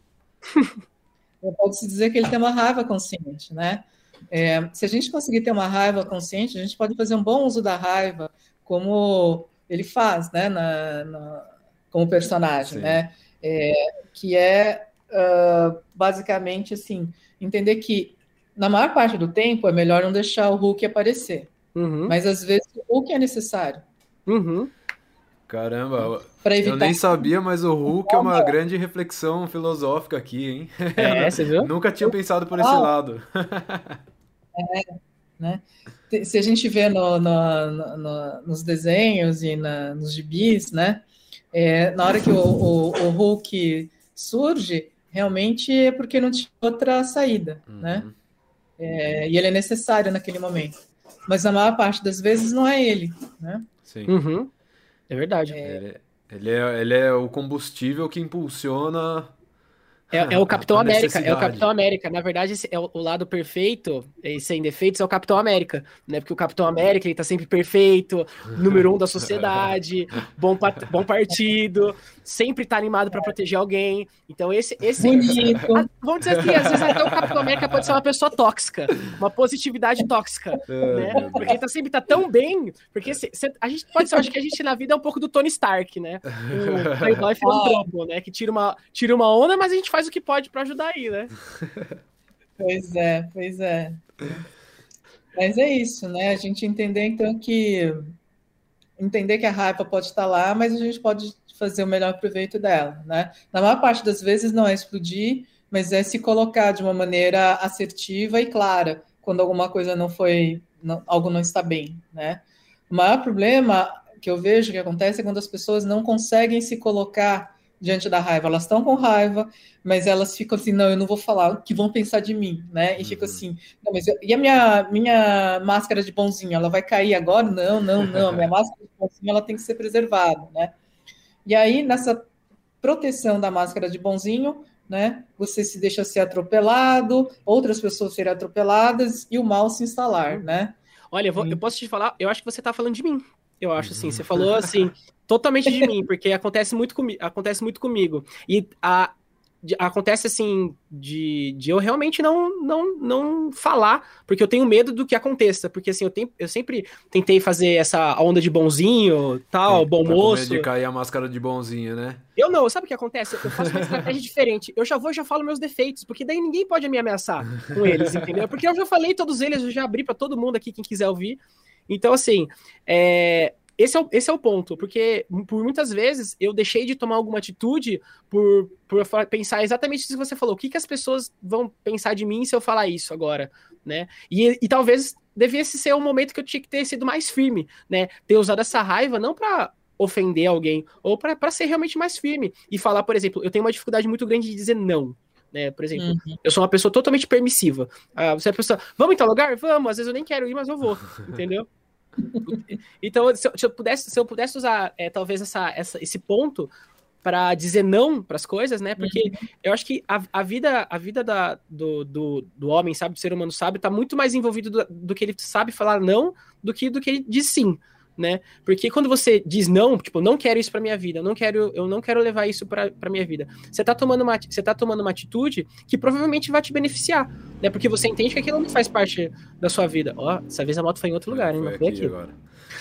pode-se dizer que ele tem uma raiva consciente, né? É, se a gente conseguir ter uma raiva consciente, a gente pode fazer um bom uso da raiva, como ele faz, né, na, na, como personagem, Sim. né? É, que é uh, basicamente assim, entender que na maior parte do tempo é melhor não deixar o Hulk aparecer, Uhum. mas às vezes o Hulk é necessário, Uhum. né, Caramba, para eu evitar. nem sabia, mas o Hulk é uma grande reflexão filosófica aqui, hein? Eu É, nu- você viu? nunca tinha pensado por esse lado. Né? Se a gente vê no, no, no, nos desenhos e na, nos gibis, né? É, na hora que o, o, o Hulk surge, realmente é porque não tinha outra saída, né? Uhum, É, e ele é necessário naquele momento. Mas na maior parte das vezes não é ele, né? sim. Uhum. É verdade. Ele, ele é, ele é o combustível que impulsiona É, é o Capitão A América, é o necessidade. Capitão América. Na verdade, esse é o, o lado perfeito, e sem defeitos, é o Capitão América, né? Porque o Capitão América, ele tá sempre perfeito, número um da sociedade, bom, pat- bom partido, sempre tá animado pra proteger alguém. Então, esse, esse, ah, Bonito. vamos dizer assim, às vezes até o Capitão América pode ser uma pessoa tóxica, uma positividade tóxica, Ai, né? meu Porque ele tá sempre tá tão bem, porque se- se- a gente pode ser, eu acho que a gente na vida é um pouco do Tony Stark, né? O playboy filantropo, né? Que tira uma, tira uma onda, mas a gente faz o que pode pra ajudar aí, né? Pois é, pois é. Mas é isso, né? A gente entender, então, que entender que a raiva pode estar lá, mas a gente pode fazer o melhor proveito dela, né? Na maior parte das vezes não é explodir, mas é se colocar de uma maneira assertiva e clara quando alguma coisa não foi, não, algo não está bem, né? O maior problema que eu vejo que acontece é quando as pessoas não conseguem se colocar diante da raiva. Elas estão com raiva, mas elas ficam assim, não, eu não vou falar, o que vão pensar de mim, né? E fica assim, não, mas eu, e a minha, minha máscara de bonzinho, ela vai cair agora? Não, não, não, a minha máscara de bonzinho, ela tem que ser preservada, né? E aí, nessa proteção da máscara de bonzinho, né, você se deixa ser atropelado, outras pessoas serem atropeladas e o mal se instalar, né? Olha, eu, vou- eu Sim. posso te falar, eu acho que você tá falando de mim. Eu acho assim, você falou assim, totalmente de mim, porque acontece muito, comi acontece muito comigo. E a, de- acontece assim, de, de eu realmente não, não, não falar, porque eu tenho medo do que aconteça. Porque assim, eu, tenho, eu sempre tentei fazer essa onda de bonzinho, tal, bom Tá com medo moço. de cair a máscara de bonzinho, né? Eu não, sabe o que acontece? Eu faço uma estratégia diferente. Eu já vou e já falo meus defeitos, porque daí ninguém pode me ameaçar com eles, entendeu? Porque eu já falei todos eles, eu já abri pra todo mundo aqui, quem quiser ouvir. Então, assim, é, esse, é o, esse é o ponto, porque por muitas vezes eu deixei de tomar alguma atitude por, por fa- pensar exatamente isso que você falou. O que, que as pessoas vão pensar de mim se eu falar isso agora, né? E, e talvez devesse ser o momento que eu tinha que ter sido mais firme, né? Ter usado essa raiva não pra ofender alguém, ou para ser realmente mais firme e falar, por exemplo, eu tenho uma dificuldade muito grande de dizer não, né? Por exemplo, Uhum. eu sou uma pessoa totalmente permissiva. Ah, você é a pessoa, vamos em tal lugar? Vamos, às vezes eu nem quero ir, mas eu vou, entendeu? Então, se eu, se eu pudesse, se eu pudesse usar é, talvez essa, essa, esse ponto para dizer não para as coisas, né? Porque eu acho que a, a vida, a vida da, do, do, do homem, sabe, do ser humano sábio, está muito mais envolvido do, do que ele sabe falar não do que do que ele diz sim, né? Porque quando você diz não, tipo, não quero isso para minha vida, eu não quero, eu não quero levar isso para minha vida. Você tá tomando uma, você tá tomando uma atitude que provavelmente vai te beneficiar, né? Porque você entende que aquilo não faz parte da sua vida. Ó, dessa vez a moto foi em outro lugar, hein? Foi Não foi aqui aqui. agora.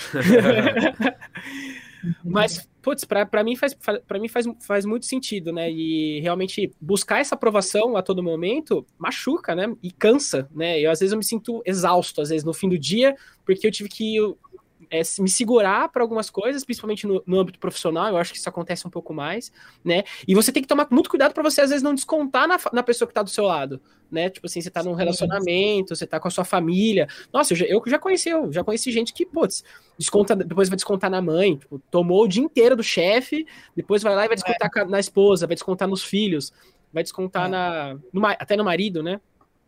Mas, putz, pra, pra mim, faz, pra mim faz, faz muito sentido, né? E realmente buscar essa aprovação a todo momento machuca, né? E cansa, né? Eu, às vezes eu me sinto exausto, às vezes, no fim do dia, porque eu tive que é, me segurar para algumas coisas, principalmente no, no âmbito profissional. Eu acho que isso acontece um pouco mais, né? E você tem que tomar muito cuidado para você, às vezes, não descontar na, na pessoa que tá do seu lado, né? Tipo assim, você tá num relacionamento, você tá com a sua família. Nossa, eu já, eu já conheci, eu já conheci gente que, putz, desconta, depois vai descontar na mãe, tipo, tomou o dia inteiro do chefe, depois vai lá e vai descontar é. na esposa, vai descontar nos filhos, vai descontar é. na, no, até no marido, né?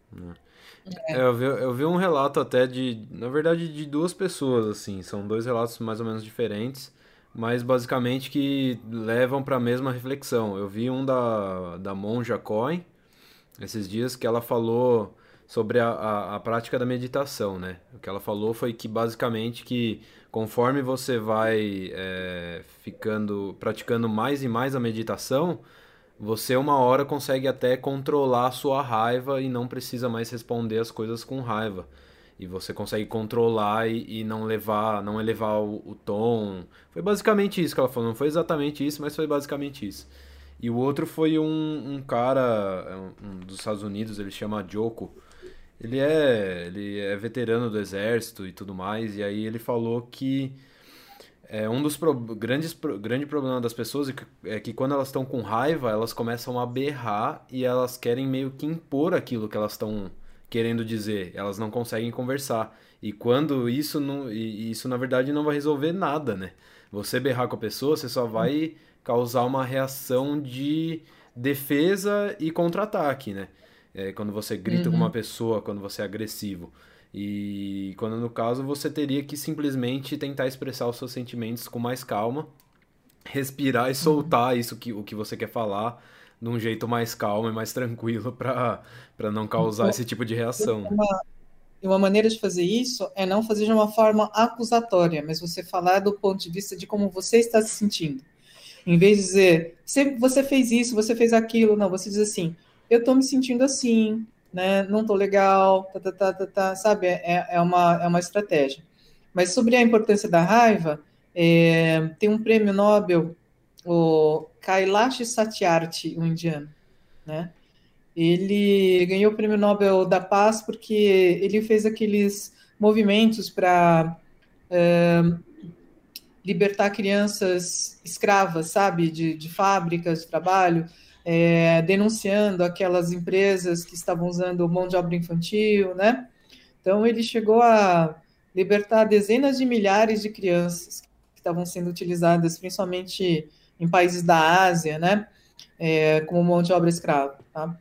É, eu, vi, eu vi um relato até de, na verdade, de duas pessoas, assim, são dois relatos mais ou menos diferentes, mas basicamente que levam para a mesma reflexão. Eu vi um da, da Monja Coen, esses dias, que ela falou sobre a, a, a prática da meditação, né? O que ela falou foi que basicamente que conforme você vai é, ficando, praticando mais e mais a meditação, você uma hora consegue até controlar a sua raiva e não precisa mais responder as coisas com raiva. E você consegue controlar e, e não levar, não elevar o, o tom. Foi basicamente isso que ela falou. Não foi exatamente isso, mas foi basicamente isso. E o outro foi um, um cara um, um dos Estados Unidos, ele chama Joko. Ele é, ele é veterano do exército e tudo mais. E aí ele falou que é, um dos pro, grandes pro, grande problema das pessoas é que, é que quando elas estão com raiva, elas começam a berrar e elas querem meio que impor aquilo que elas estão querendo dizer. Elas não conseguem conversar. E quando isso, não, e isso na verdade não vai resolver nada, né? Você berrar com a pessoa, você só vai causar uma reação de defesa e contra-ataque, né? É, quando você grita uhum. com uma pessoa, quando você é agressivo. E quando no caso você teria que simplesmente tentar expressar os seus sentimentos com mais calma, respirar e soltar uhum. isso que, o que você quer falar de um jeito mais calmo e mais tranquilo para para não causar esse tipo de reação. Uma, uma maneira de fazer isso é não fazer de uma forma acusatória, mas você falar do ponto de vista de como você está se sentindo. Em vez de dizer, você, você fez isso, você fez aquilo, não, você diz assim, eu estou me sentindo assim, né? Não estou legal, tá, tá, tá, tá, tá, sabe? É, é, uma, é uma estratégia. Mas sobre a importância da raiva, é, tem um prêmio Nobel, o Kailash Satyarthi, um indiano, né? Ele ganhou o prêmio Nobel da Paz porque ele fez aqueles movimentos para é, libertar crianças escravas, sabe, de, de fábricas de trabalho, é, denunciando aquelas empresas que estavam usando mão de obra infantil, né? Então ele chegou a libertar dezenas de milhares de crianças que estavam sendo utilizadas, principalmente em países da Ásia, né? É, como mão de obra escrava, tá?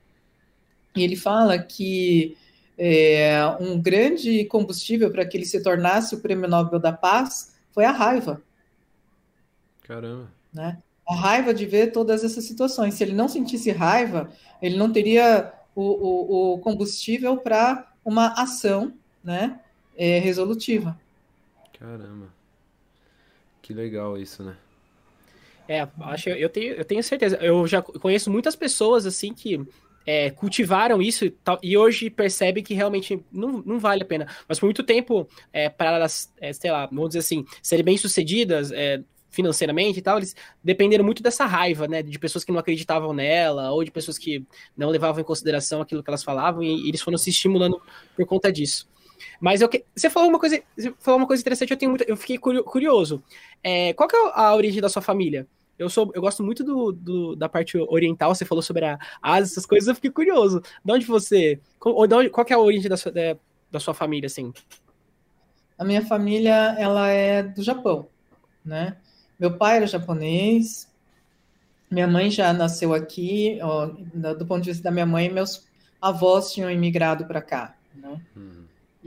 E ele fala que é, um grande combustível para que ele se tornasse o Prêmio Nobel da Paz foi a raiva. Caramba. Né? A raiva de ver todas essas situações. Se ele não sentisse raiva, ele não teria o, o, o combustível para uma ação, né, é, resolutiva. Caramba. Que legal isso, né? É, acho eu tenho, eu tenho certeza. Eu já conheço muitas pessoas assim que é, cultivaram isso e, tal, e hoje percebem que realmente não, não vale a pena. Mas por muito tempo, é, para elas, é, sei lá, vamos dizer assim, serem bem-sucedidas é, financeiramente e tal, eles dependeram muito dessa raiva, né? De pessoas que não acreditavam nela, ou de pessoas que não levavam em consideração aquilo que elas falavam, e, e eles foram se estimulando por conta disso. Mas eu que... você falou uma coisa, você falou uma coisa interessante, eu tenho muito, eu fiquei curioso. É, qual que é a origem da sua família? Eu sou, eu gosto muito do, do, da parte oriental. Você falou sobre a Ásia, essas coisas, eu fiquei curioso. De onde você, ou de onde, qual que é a origem da sua, da, da sua família, assim? A minha família, ela é do Japão, né? Meu pai era japonês, minha mãe já nasceu aqui. Ó, do ponto de vista da minha mãe, meus avós tinham imigrado para cá, né? Hum.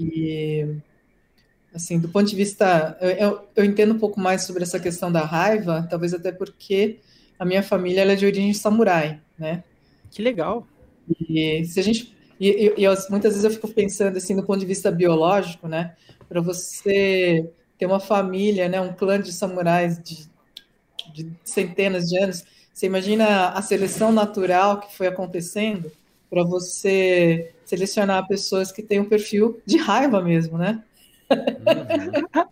E assim, do ponto de vista, eu, eu, eu entendo um pouco mais sobre essa questão da raiva, talvez até porque a minha família ela é de origem samurai, né? Que legal. E se a gente, e, e, e eu, muitas vezes eu fico pensando assim, do ponto de vista biológico, né? Para você ter uma família, né? Um clã de samurais de, de centenas de anos, você imagina a seleção natural que foi acontecendo para você selecionar pessoas que têm um perfil de raiva mesmo, né? Uhum.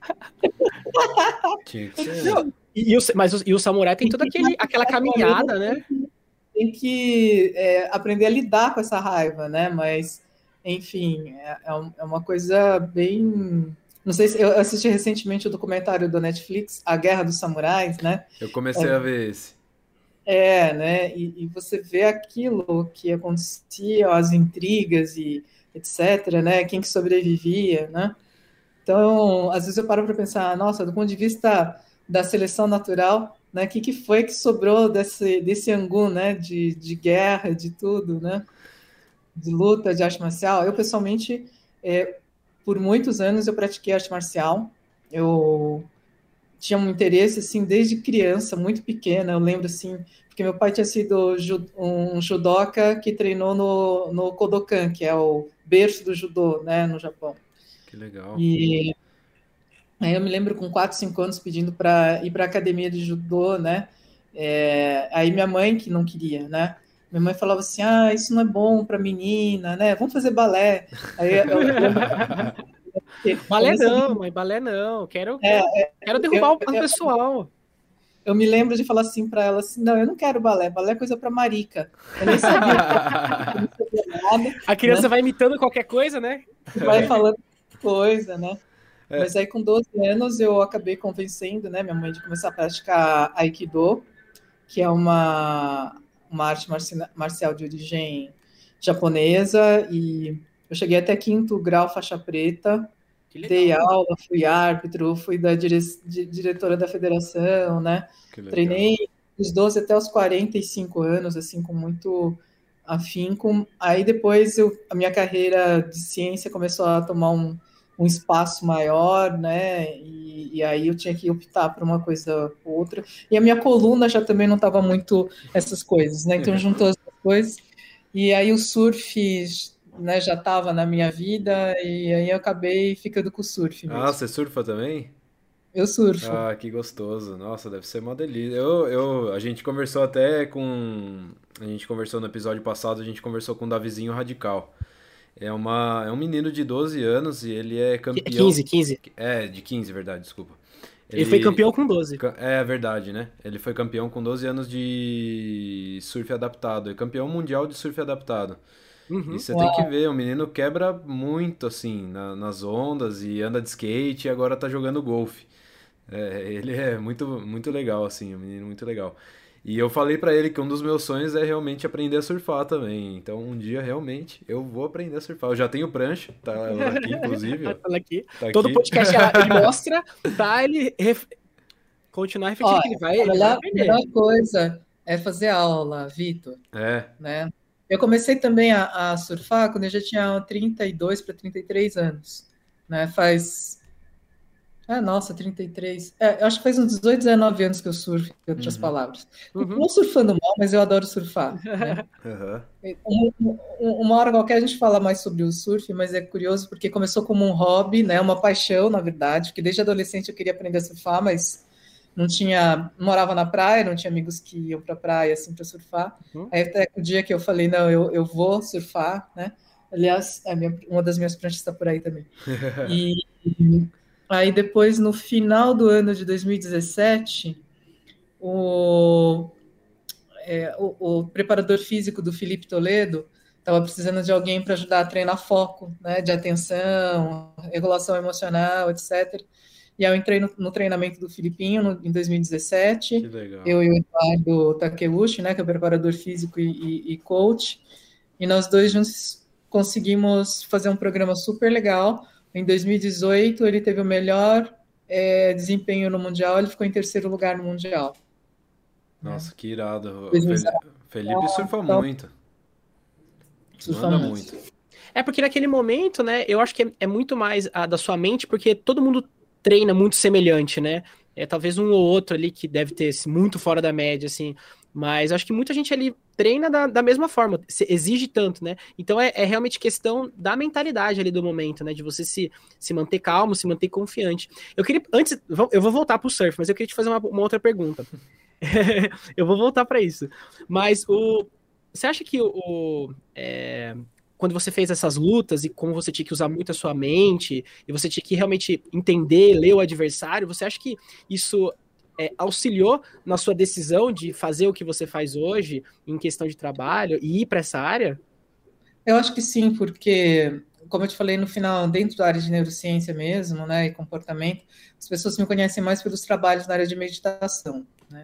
Tinha que ser. Não, e, e, o, mas o, e o samurai tem toda aquele, aquela caminhada, né? Tem que é, aprender a lidar com essa raiva, né? Mas, enfim, é, é uma coisa bem... Não sei se... Eu assisti recentemente o documentário do Netflix, A Guerra dos Samurais, né? Eu comecei é, a ver esse. É, né? E, e você vê aquilo que acontecia, as intrigas e etcétera, né? Quem que sobrevivia, né? Então, às vezes eu paro para pensar, nossa, do ponto de vista da seleção natural, né, o que, que foi que sobrou desse, desse angu, né, de, de guerra, de tudo, né, de luta, de arte marcial? Eu, pessoalmente, é, por muitos anos eu pratiquei arte marcial, eu tinha um interesse, assim, desde criança, muito pequena, eu lembro, assim, porque meu pai tinha sido um judoca que treinou no, no Kodokan, que é o berço do judô, né, no Japão. Que legal. E aí eu me lembro com quatro, cinco anos pedindo para ir para a academia de judô, né? É, aí minha mãe que não queria, né? Minha mãe falava assim, ah, isso não é bom para menina, né? Vamos fazer balé. Aí eu, eu, eu, balé não, mãe, balé não. Quero, quero, é, quero derrubar eu, o pessoal. Eu me lembro de falar assim para ela assim, não, eu não quero balé, balé é coisa para marica. Eu nem sabia, eu não sabia nada. A criança, né? Vai imitando qualquer coisa, né? Vai falando coisa, né? É. Mas aí com doze anos eu acabei convencendo, né, minha mãe de começar a praticar Aikido, que é uma, uma arte marcial de origem japonesa, e eu cheguei até quinto grau faixa preta, dei aula, fui árbitro, fui da dire, diretora da federação, né? Treinei dos doze até os quarenta e cinco anos, assim, com muito afinco. Aí depois eu, a minha carreira de ciência começou a tomar um um espaço maior, né? E, e aí eu tinha que optar por uma coisa ou outra. E a minha coluna já também não estava muito essas coisas, né? Então juntou as coisas. E aí o surf, né, já estava na minha vida, e aí eu acabei ficando com o surf Ah, mesmo. você surfa também? Eu surfo. Ah, que gostoso. Nossa, deve ser uma delícia. Eu, eu, a gente conversou até com. A gente conversou no episódio passado, a gente conversou com o Davizinho Radical. É uma, é um menino de doze anos e ele é campeão. quinze, quinze. É, de quinze, verdade, desculpa. Ele foi Ele. campeão com doze. É verdade, né? Ele foi campeão com doze anos de surf adaptado. É campeão mundial de surf adaptado. E Uhum. você tem que ver, o menino quebra muito, assim, na- nas ondas e anda de skate e agora tá jogando golfe. É, ele é muito, muito legal, assim, um menino muito legal. E eu falei pra ele que um dos meus sonhos é realmente aprender a surfar também. Então, um dia, realmente, eu vou aprender a surfar. Eu já tenho prancha, tá ela aqui, inclusive, ó. Fala aqui. Tá Todo aqui. podcast ele mostra pra ele ref- continuar refletindo que ele vai, A ele vai melhor, a aprender. melhor coisa é fazer aula, Vitor, É, né? Eu comecei também a, a surfar quando eu já tinha trinta e dois para trinta e três anos, né? Faz... Ah, nossa, trinta e três. É, eu acho que faz uns dezoito, dezenove anos que eu surfo, em outras Uhum. palavras. Uhum. Não surfando mal, mas eu adoro surfar, né? aham. Um- um- Uma hora qualquer a gente fala mais sobre o surf, mas é curioso porque começou como um hobby, né? Uma paixão, na verdade, porque desde adolescente eu queria aprender a surfar, mas não tinha, morava na praia, não tinha amigos que iam para a praia assim para surfar. Uhum. Aí até o dia que eu falei, não, eu, eu vou surfar, né? Aliás, a minha- uma das minhas pranchas está por aí também. E aí depois, no final do ano de dois mil e dezessete, o, é, o, o preparador físico do Felipe Toledo estava precisando de alguém para ajudar a treinar foco, né, de atenção, regulação emocional, etcétera. E aí eu entrei no, no treinamento do Filipinho no, em dois mil e dezessete, Que legal. eu e o Eduardo Takeuchi, né, que é o preparador físico e, e, e coach, e nós dois juntos conseguimos fazer um programa super legal. Em dois mil e dezoito, ele teve o melhor é, desempenho no Mundial, ele ficou em terceiro lugar no Mundial. Nossa, que irado. O dois mil e Fel- dezenove. Felipe surfa Então, muito. surfa Manda muito. muito. É porque naquele momento, né, eu acho que é, é muito mais a da sua mente, porque todo mundo treina muito semelhante, né? É talvez um ou outro ali que deve ter esse muito fora da média, assim. Mas acho que muita gente ali treina da, da mesma forma, se exige tanto, né? Então é, é realmente questão da mentalidade ali do momento, né? De você se, se manter calmo, se manter confiante. Eu queria, antes, eu vou voltar pro surf, mas eu queria te fazer uma, uma outra pergunta. Eu vou voltar para isso. Mas o, você acha que o, o, é, quando você fez essas lutas e como você tinha que usar muito a sua mente e você tinha que realmente entender, ler o adversário, você acha que isso é, auxiliou na sua decisão de fazer o que você faz hoje em questão de trabalho e ir para essa área? Eu acho que sim, porque, como eu te falei no final, dentro da área de neurociência mesmo, né, e comportamento, as pessoas me conhecem mais pelos trabalhos na área de meditação, né?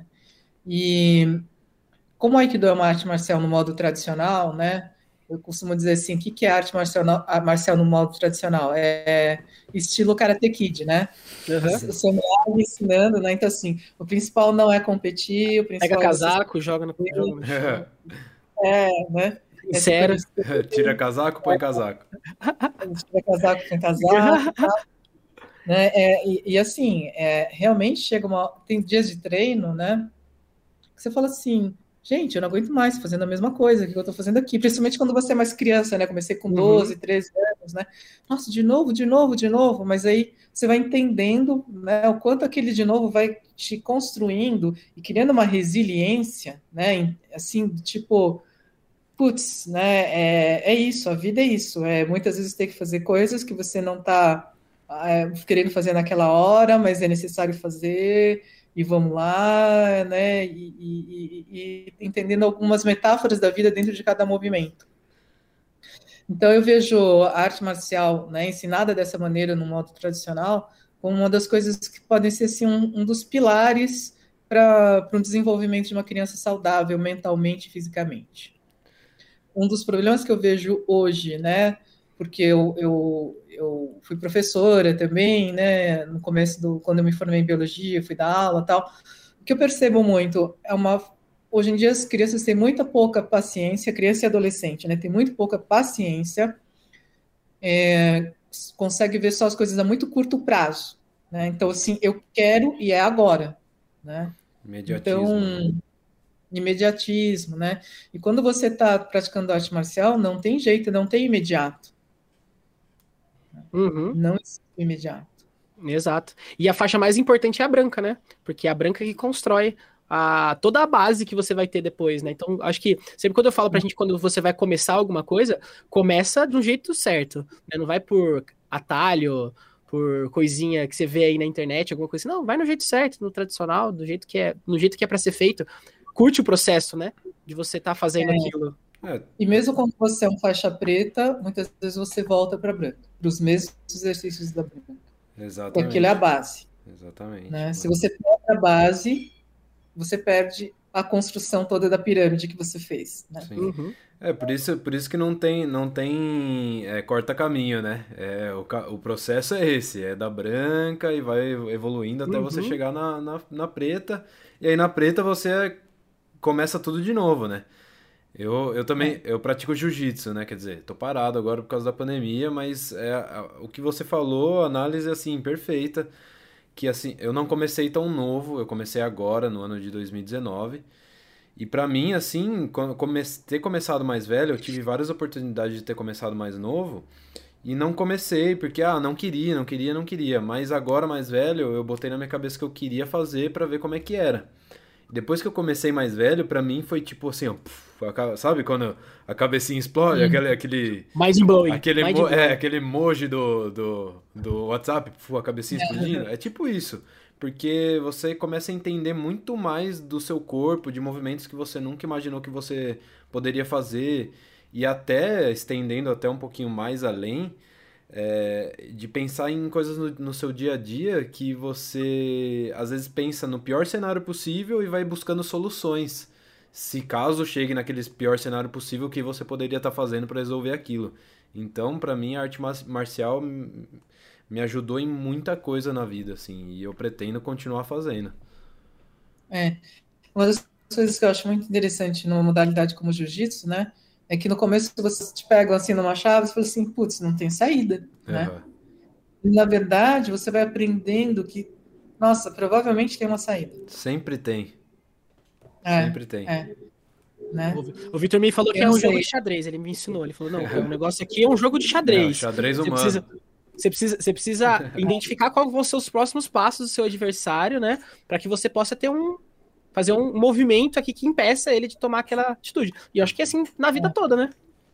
E como o Aikido é uma arte marcial no modo tradicional, né? Eu costumo dizer assim, o que é arte marcial, marcial no modo tradicional? É estilo Karate Kid, né? Uhum. O samurai ensinando, né? Então, assim, o principal não é competir, o principal Pega é você... casaco, joga no, joga no chão. É, né? É Sincero. super... Tira casaco, põe casaco. Tira casaco, põe casaco, tá? Né? É, e, e assim, é, realmente chega uma... Tem dias de treino, né? Que você fala assim, gente, eu não aguento mais fazendo a mesma coisa que eu estou fazendo aqui, principalmente quando você é mais criança, né? Comecei com doze, Uhum. treze anos, né? Nossa, de novo, de novo, de novo, mas aí você vai entendendo, né, o quanto aquele de novo vai te construindo e criando uma resiliência, né? Assim, tipo, putz, né? É, é isso, a vida é isso. É, muitas vezes tem que fazer coisas que você não está é, querendo fazer naquela hora, mas é necessário fazer. E vamos lá, né? E, e, e, e entendendo algumas metáforas da vida dentro de cada movimento. Então eu vejo a arte marcial, né, ensinada dessa maneira no modo tradicional como uma das coisas que podem ser assim, um, um dos pilares para um desenvolvimento de uma criança saudável mentalmente e fisicamente. Um dos problemas que eu vejo hoje, né, porque eu, eu, eu fui professora também, né, no começo do, quando eu me formei em biologia, fui dar aula e tal, o que eu percebo muito é uma, hoje em dia as crianças têm muita pouca paciência, criança e adolescente, né, tem muito pouca paciência, é, consegue ver só as coisas a muito curto prazo, né? Então, assim, eu quero e é agora, né? Imediatismo. Então, imediatismo, né? E quando você está praticando arte marcial, não tem jeito, não tem imediato. Uhum. Não existe imediato. Exato. E a faixa mais importante é a branca, né? Porque é a branca que constrói a, toda a base que você vai ter depois, né? Então, acho que sempre quando eu falo pra gente, quando você vai começar alguma coisa, começa de um jeito certo, né? Não vai por atalho, por coisinha que você vê aí na internet, alguma coisa assim. Não, vai no jeito certo, no tradicional, do jeito que é, no jeito que é pra ser feito. Curte o processo, né? De você estar tá fazendo É. aquilo. É, E mesmo quando você é um faixa preta, muitas vezes você volta para branca, para os mesmos exercícios da branca. Porque exatamente. aquilo é a base. Exatamente. Né? Se você perde a base, você perde a construção toda da pirâmide que você fez. Né? Sim. Uhum. É, por isso, por isso que não tem, não tem é, corta-caminho, né? É, o, ca- o processo é esse, é da branca e vai evoluindo até você Uhum. chegar na, na, na preta. E aí na preta você começa tudo de novo, né? Eu, eu também, eu pratico jiu-jitsu, né? Quer dizer, tô parado agora por causa da pandemia, mas é, a- o que você falou, a análise, assim, perfeita. Que, assim, eu não comecei tão novo, eu comecei agora, no ano de dois mil e dezenove. E pra mim, assim, quando come- ter começado mais velho, eu tive várias oportunidades de ter começado mais novo e não comecei, porque, ah, não queria, não queria, não queria. Mas agora, mais velho, eu botei na minha cabeça que eu queria fazer pra ver como é que era. Depois que eu comecei mais velho, pra mim foi tipo assim, ó, puf, a ca- sabe quando a cabecinha explode, Hum. aquele, aquele, Mind blowing. aquele, Mind emo- é, blowing. aquele emoji do, do, do WhatsApp, puf, a cabecinha explodindo. É tipo isso, porque você começa a entender muito mais do seu corpo, de movimentos que você nunca imaginou que você poderia fazer, e até estendendo até um pouquinho mais além, é, de pensar em coisas no, no seu dia a dia que você às vezes pensa no pior cenário possível e vai buscando soluções. Se caso chegue naquele pior cenário possível que você poderia estar fazendo para resolver aquilo. Então, para mim, a arte mar- marcial m- me ajudou em muita coisa na vida, assim, e eu pretendo continuar fazendo. É. Uma das coisas que eu acho muito interessante numa modalidade como o jiu-jitsu, né? É que no começo você te pegam assim numa chave e fala assim, putz, não tem saída, né? Aham. E, na verdade, você vai aprendendo que, nossa, provavelmente tem uma saída. Sempre tem, É, sempre tem. é, né? O, o Vitor me falou que Eu é não um jogo sei. de xadrez. Ele me ensinou. Ele falou: não, o negócio aqui é um jogo de É, o xadrez. xadrez Você humano. precisa, você precisa, você precisa identificar quais vão ser os próximos passos do seu adversário, né? Para que você possa ter um. Fazer um movimento aqui que impeça ele de tomar aquela atitude. E eu acho que é assim na vida toda, né?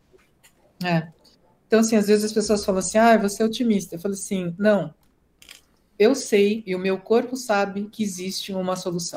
É. Então, assim, às vezes as pessoas falam assim, ah, você é otimista. Eu falo assim, não, eu sei e o meu corpo sabe que existe uma solução.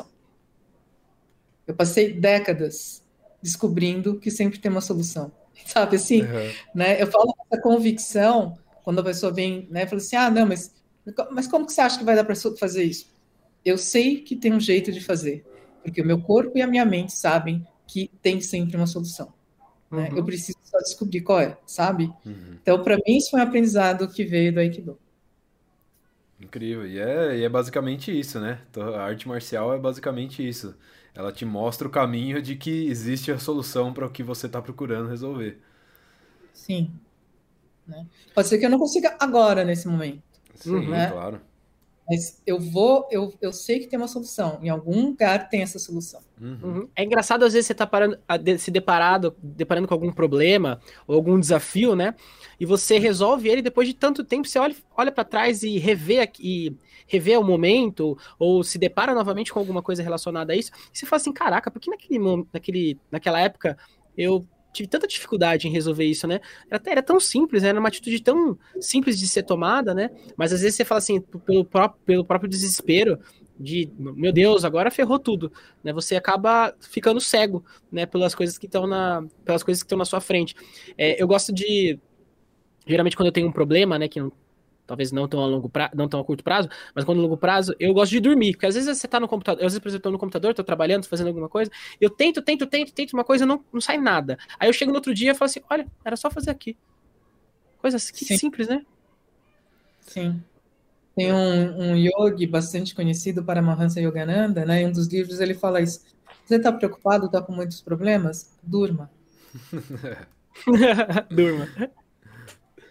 Eu passei décadas descobrindo que sempre tem uma solução. Sabe assim? Aham. Né? Eu falo com essa convicção quando a pessoa vem, né, fala assim, ah, não, mas, mas como que você acha que vai dar para fazer isso? Eu sei que tem um jeito de fazer, porque o meu corpo e a minha mente sabem que tem sempre uma solução. Né? Uhum. Eu preciso só descobrir qual é, sabe? Uhum. Então, para mim, isso foi um aprendizado que veio do Aikido. Incrível. E é, e é basicamente isso, né? Então, a arte marcial é basicamente isso. Ela te mostra o caminho de que existe a solução para o que você está procurando resolver. Sim. Né? Pode ser que eu não consiga agora, nesse momento, Sim, né? claro. Mas eu vou, eu, eu sei que tem uma solução. Em algum lugar tem essa solução. Uhum. Uhum. É engraçado, às vezes, você tá parando, a- de- se deparado, deparando com algum problema ou algum desafio, né? E você resolve ele depois de tanto tempo, você olha, olha para trás e revê, aqui- e revê o momento, ou se depara novamente com alguma coisa relacionada a isso, e você fala assim, caraca, por que naquele, mom- naquele, naquela época eu tive tanta dificuldade em resolver isso, né? Era, até- era tão simples, né? Era uma atitude tão simples de ser tomada, né? Mas às vezes você fala assim, p- pelo próprio, pelo próprio desespero de, meu Deus, agora ferrou tudo, né? Você acaba ficando cego, né? Pelas coisas que estão na, pelas coisas que estão na sua frente. É, eu gosto de, geralmente quando eu tenho um problema, né? Que não, talvez não tão a longo prazo, não tão a curto prazo, mas quando a longo prazo, eu gosto de dormir, porque às vezes você tá no computador, às vezes, por exemplo, eu tô no computador, tô trabalhando, tô fazendo alguma coisa, eu tento, tento, tento, tento uma coisa, não, não sai nada. Aí eu chego no outro dia e falo assim, olha, era só fazer aqui. Coisa que Sim. simples, né? Sim. Tem um, um yogi bastante conhecido, Paramahansa Yogananda, né? Em um dos livros ele fala isso. Você está preocupado, está com muitos problemas? Durma. Durma.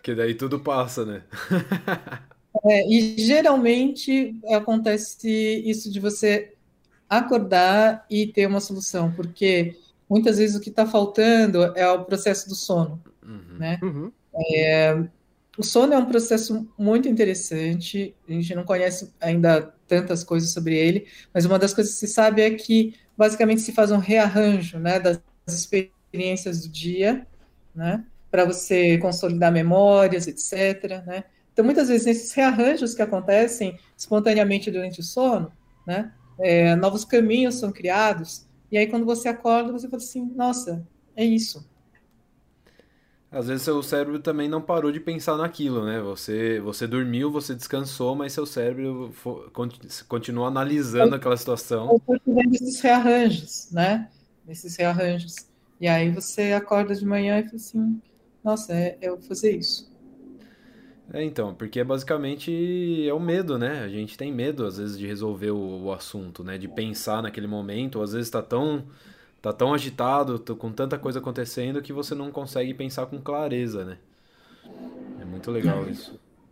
Porque daí tudo passa, né? É, e geralmente acontece isso de você acordar e ter uma solução, porque muitas vezes o que está faltando é o processo do sono, Uhum. né? Uhum. O sono é um processo muito interessante, a gente não conhece ainda tantas coisas sobre ele, mas uma das coisas que se sabe é que basicamente se faz um rearranjo, né, das experiências do dia, né, para você consolidar memórias, etcétera, né? Então, muitas vezes, nesses rearranjos que acontecem espontaneamente durante o sono, né, é, novos caminhos são criados, e aí quando você acorda, você fala assim, nossa, é isso. Às vezes seu cérebro também não parou de pensar naquilo, né? Você, você dormiu, você descansou, mas seu cérebro fo- conti- continua analisando aquela situação. Eu estou vendo esses rearranjos, né? Esses rearranjos. E aí você acorda de manhã e fala assim, nossa, é, eu vou fazer isso. É, então, porque basicamente é o medo, né? A gente tem medo, às vezes, de resolver o, o assunto, né? De pensar naquele momento, ou às vezes tá tão, tá tão agitado, tô com tanta coisa acontecendo que você não consegue pensar com clareza, né? É muito legal isso.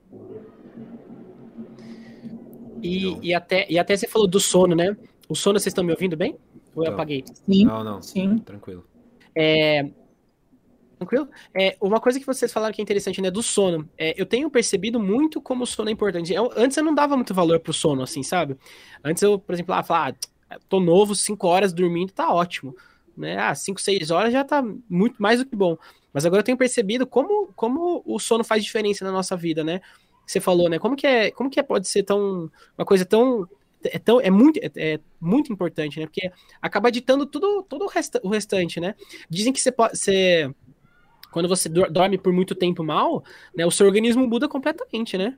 E, Show. e, até, e até você falou do sono, né? O sono, vocês estão me ouvindo bem? Ou eu Então, apaguei? Sim, não, não, sim. tranquilo. É, tranquilo? É, uma coisa que vocês falaram que é interessante, né, do sono. É, eu tenho percebido muito como o sono é importante. Eu- antes eu não dava muito valor pro sono, assim, sabe? Antes eu, por exemplo, ah, falava, ah, tô novo, cinco horas dormindo, tá ótimo. Né? Ah, cinco, seis horas já tá muito mais do que bom. Mas agora eu tenho percebido como, como o sono faz diferença na nossa vida, né? Você falou, né? Como que é, como que é, pode ser tão, uma coisa tão, é tão, é muito, é, é muito importante, né? Porque acaba ditando tudo, todo o, resta, o restante, né? Dizem que você pode, você quando você dorme por muito tempo mal, né, o seu organismo muda completamente, né?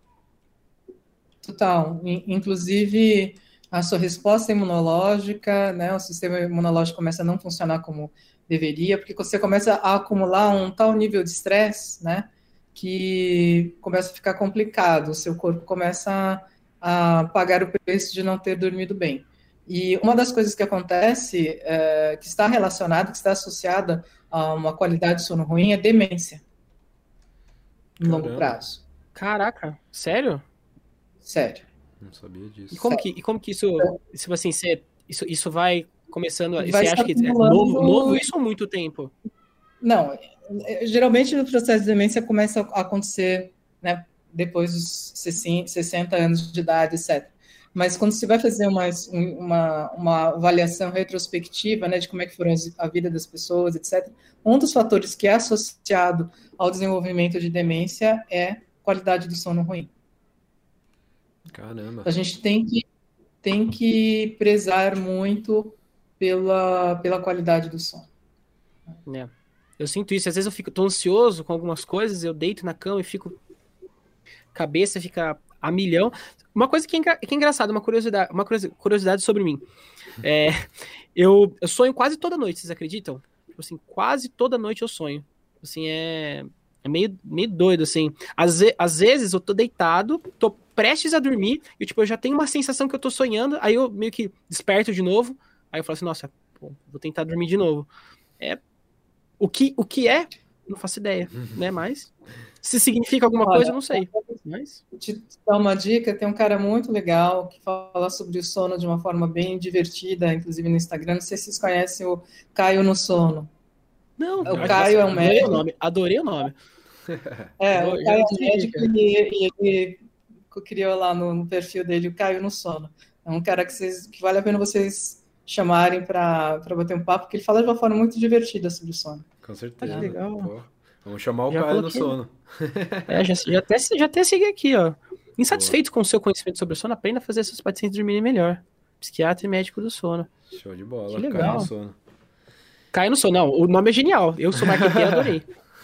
Total. Inclusive, a sua resposta imunológica, né? O sistema imunológico começa a não funcionar como deveria, porque você começa a acumular um tal nível de estresse, né? Que começa a ficar complicado, o seu corpo começa a, a pagar o preço de não ter dormido bem. E uma das coisas que acontece, é, que está relacionada, que está associada a uma qualidade de sono ruim, é demência, no longo Caramba, prazo. Caraca, sério? Sério. não sabia E disso. como que, e como que isso, tipo assim, você, isso, isso vai começando, a- Vai você se acha que é novo, novo acumulando. isso ou muito tempo? Não, geralmente o processo de demência começa a acontecer, né, depois dos sessenta anos de idade, etcétera. Mas quando você vai fazer uma, uma, uma avaliação retrospectiva, né, de como é que foram a vida das pessoas, etcétera, um dos fatores que é associado ao desenvolvimento de demência é qualidade do sono ruim. Caramba. A gente tem que, tem que prezar muito pela, pela qualidade do sono. Né? Eu sinto isso, às vezes eu fico, tô ansioso com algumas coisas, eu deito na cama e fico, cabeça fica a milhão. Uma coisa que é, engra, que é engraçada, uma curiosidade, uma curiosidade sobre mim. É, eu, eu sonho quase toda noite, vocês acreditam? Tipo assim, quase toda noite eu sonho. Assim, é, é meio, meio doido, assim. Às, às vezes eu tô deitado, tô prestes a dormir, e tipo, eu já tenho uma sensação que eu tô sonhando, aí eu meio que desperto de novo, aí eu falo assim, nossa, pô, vou tentar dormir de novo. É, o que, o que é, não faço ideia, né? Mas se significa alguma Olha, coisa, eu não sei. Mas... te dar uma dica, tem um cara muito legal que fala sobre o sono de uma forma bem divertida, inclusive no Instagram. Não sei se vocês conhecem o Caio no Sono. Não, O nossa, Caio é um adorei o médico. nome, adorei o nome. É, Vou, o já Caio vou é um seguir, médico cara. e, e ele criou lá no, no perfil dele o Caio no Sono. É um cara que, vocês, que vale a pena vocês chamarem para bater um papo, porque ele fala de uma forma muito divertida sobre o sono. Com Ah, que certeza. legal. Pô, vamos chamar o Já Caio no coloquei. sono. É, já, já, até, já até segui aqui, ó. Boa. Insatisfeito com o seu conhecimento sobre o sono, aprenda a fazer seus pacientes dormirem melhor. Psiquiatra e médico do sono. Show de Que bola. Caio no legal. sono. Caio no sono. Não, o nome é genial. Eu sou marqueteiro, adorei.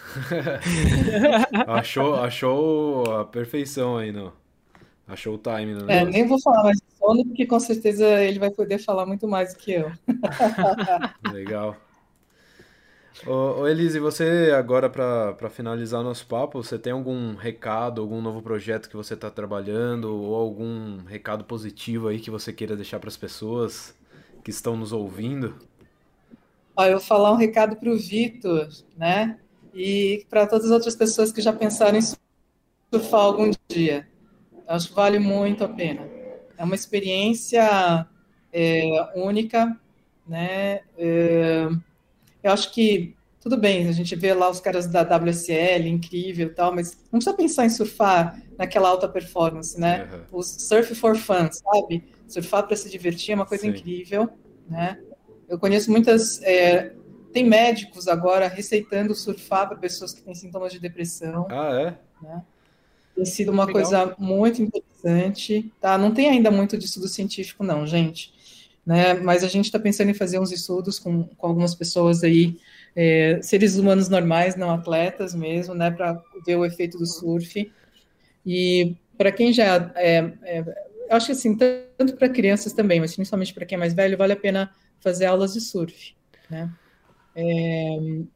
achou, achou a perfeição aí, não? Achou o time no É, negócio. nem vou falar mais de sono, porque com certeza ele vai poder falar muito mais do que eu. Legal. Ô, ô Elise, você agora para finalizar nosso papo, você tem algum recado, algum novo projeto que você está trabalhando ou algum recado positivo aí que você queira deixar para as pessoas que estão nos ouvindo? Ó, eu vou falar um recado para o Vitor, né? e para todas as outras pessoas que já pensaram em surfar algum dia. Acho que vale muito a pena. É uma experiência é, única, né? É, eu acho que tudo bem, a gente vê lá os caras da W S L, incrível e tal, mas não precisa pensar em surfar naquela alta performance, né? Uhum. O surf for fun, sabe? Surfar para se divertir é uma coisa Sim. incrível, né? Eu conheço muitas... É, tem médicos agora receitando surfar para pessoas que têm sintomas de depressão. Ah, é? Né? Tem sido uma Legal. coisa muito interessante, tá? Não tem ainda muito de estudo científico, não, gente. Né? Mas a gente está pensando em fazer uns estudos com, com algumas pessoas aí, é, seres humanos normais, não atletas mesmo, né? Para ver o efeito do surf. E para quem já... É, é, eu acho que assim, tanto para crianças também, mas principalmente para quem é mais velho, vale a pena fazer aulas de surf, né? É,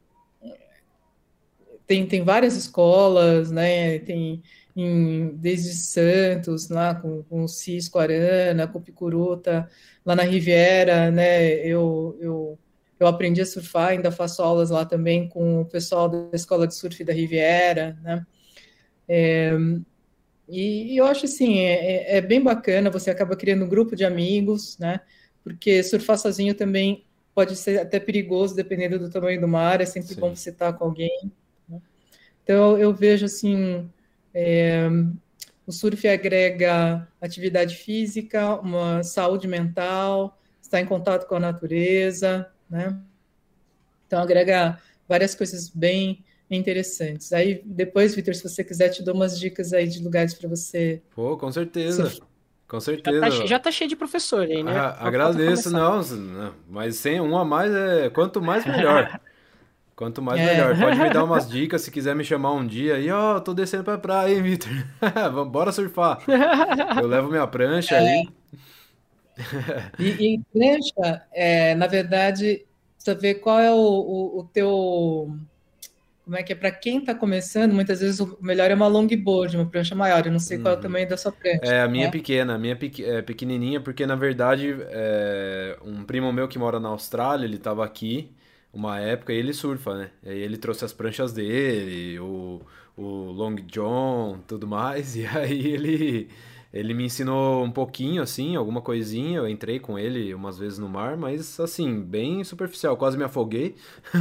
tem, tem várias escolas, né? Tem em, desde Santos, lá com, com o Cisco Arana, com o Picuruta, lá na Riviera, né? Eu, eu, eu aprendi a surfar, ainda faço aulas lá também com o pessoal da Escola de Surf da Riviera, né? É, e, e eu acho assim, é, é bem bacana, você acaba criando um grupo de amigos, né? Porque surfar sozinho também pode ser até perigoso, dependendo do tamanho do mar, é sempre Sim. bom você estar com alguém. Né? Então, eu vejo, assim, é, o surf agrega atividade física, uma saúde mental, estar em contato com a natureza, né? Então, agrega várias coisas bem interessantes. Aí, depois, Vitor, se você quiser, te dou umas dicas aí de lugares para você... Pô, com certeza. surfar. Com certeza. Já tá, já tá cheio de professor aí, né? Ah, agradeço, não, não, mas sem um a mais, é quanto mais melhor. Quanto mais é. melhor. Pode me dar umas dicas se quiser me chamar um dia. E ó, oh, tô descendo pra praia, hein, Vitor? Bora surfar. Eu levo minha prancha é. aí. E, e prancha, é, na verdade, você vê qual é o, o, o teu... Como é que é? Para quem está começando, muitas vezes o melhor é uma longboard, uma prancha maior. Eu não sei uhum. qual é o tamanho da sua prancha. É, a minha né? é pequena, a minha é pequenininha, porque na verdade é, um primo meu que mora na Austrália, ele estava aqui uma época e ele surfa, né? E aí ele trouxe as pranchas dele, o, o Long John, tudo mais, e aí ele... Ele me ensinou um pouquinho, assim, alguma coisinha. Eu entrei com ele umas vezes no mar, mas, assim, bem superficial. Quase me afoguei.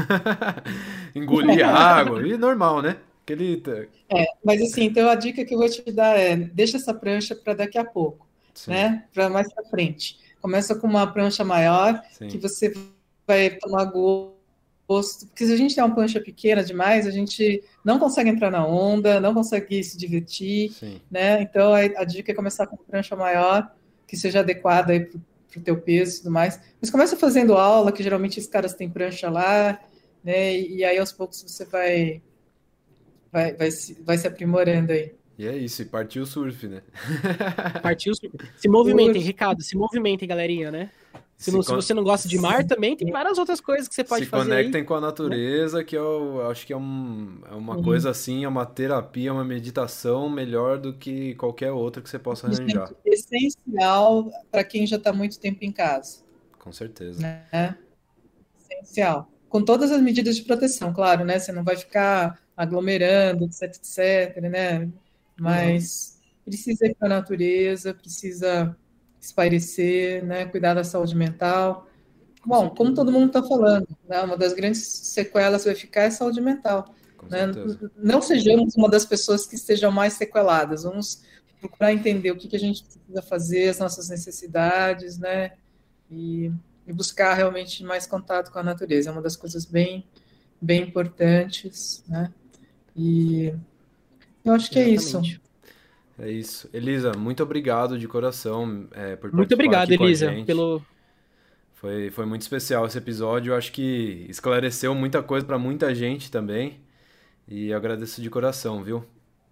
Engoli água. E normal, né? Aquele... É, mas, assim, então a dica que eu vou te dar é deixa essa prancha para daqui a pouco, Sim. né? Para mais para frente. Começa com uma prancha maior, Sim. que você vai tomar gosto. Porque se a gente tem uma prancha pequena demais, a gente não consegue entrar na onda, não consegue se divertir, Sim. né? Então, a, a dica é começar com uma prancha maior, que seja adequada aí para o teu peso e tudo mais. Mas começa fazendo aula, que geralmente os caras têm prancha lá, né? E, e aí, aos poucos, você vai, vai, vai, se, vai se aprimorando aí. E é isso, e partiu o surf, né? Partiu o surf. Se movimentem, Ricardo, se movimentem, galerinha, né? Se, se, não, se você não gosta de mar, também tem várias outras coisas que você pode se fazer. Se conectem aí. com a natureza, que eu acho que é, um, é uma uhum. coisa assim, é uma terapia, uma meditação melhor do que qualquer outra que você possa arranjar. É essencial para quem já está muito tempo em casa. Com certeza. Né? Essencial. Com todas as medidas de proteção, claro, né? Você não vai ficar aglomerando, etc, etc, né? Mas uhum. precisa ir para a natureza, precisa... espairecer, né, cuidar da saúde mental. Bom, como todo mundo está falando, né, uma das grandes sequelas vai ficar é a saúde mental. Né? Não sejamos uma das pessoas que estejam mais sequeladas, vamos procurar entender o que, que a gente precisa fazer, as nossas necessidades, né, e, e buscar realmente mais contato com a natureza. É uma das coisas bem, bem importantes, né, e eu acho que Exatamente. é isso. É isso. Elisa, muito obrigado de coração é, por Muito obrigado, aqui Elisa, com a gente. pelo... Foi, foi muito especial esse episódio. Eu acho que esclareceu muita coisa para muita gente também. E eu agradeço de coração, viu?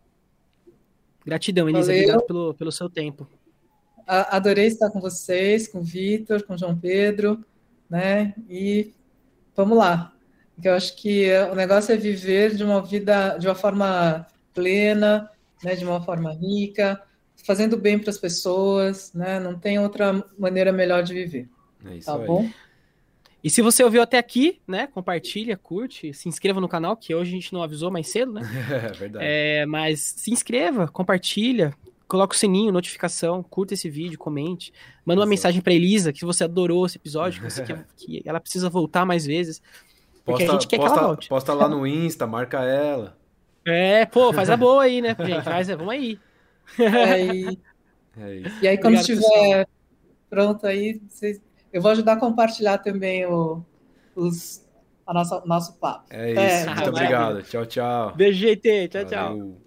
Gratidão, Elisa. Valeu. Obrigado pelo, pelo seu tempo. Adorei estar com vocês, com o Vitor, com o João Pedro, né? E vamos lá. Porque eu acho que o negócio é viver de uma vida, de uma forma plena, né, de uma forma rica, fazendo bem para as pessoas, né? Não tem outra maneira melhor de viver. É isso tá aí. bom? E se você ouviu até aqui, né, compartilha, curte, se inscreva no canal, que hoje a gente não avisou mais cedo, né? É verdade. É, mas se inscreva, compartilha, coloca o sininho, notificação, curta esse vídeo, comente, manda uma Exato. mensagem pra Elisa que você adorou esse episódio, que, você quer, que ela precisa voltar mais vezes, porque Posta, a gente quer posta, que ela volte. Posta lá no Insta, marca ela. É, pô, faz a boa aí, né, gente? Faz, vamos aí. É, e, É isso. e aí, quando Obrigado, pessoal. estiver pronto aí, vocês, eu vou ajudar a compartilhar também o os, a nossa, nosso papo. É isso. É, Muito tchau, obrigado. Tchau, tchau. Beijo, G T. Tchau, tchau. Valeu.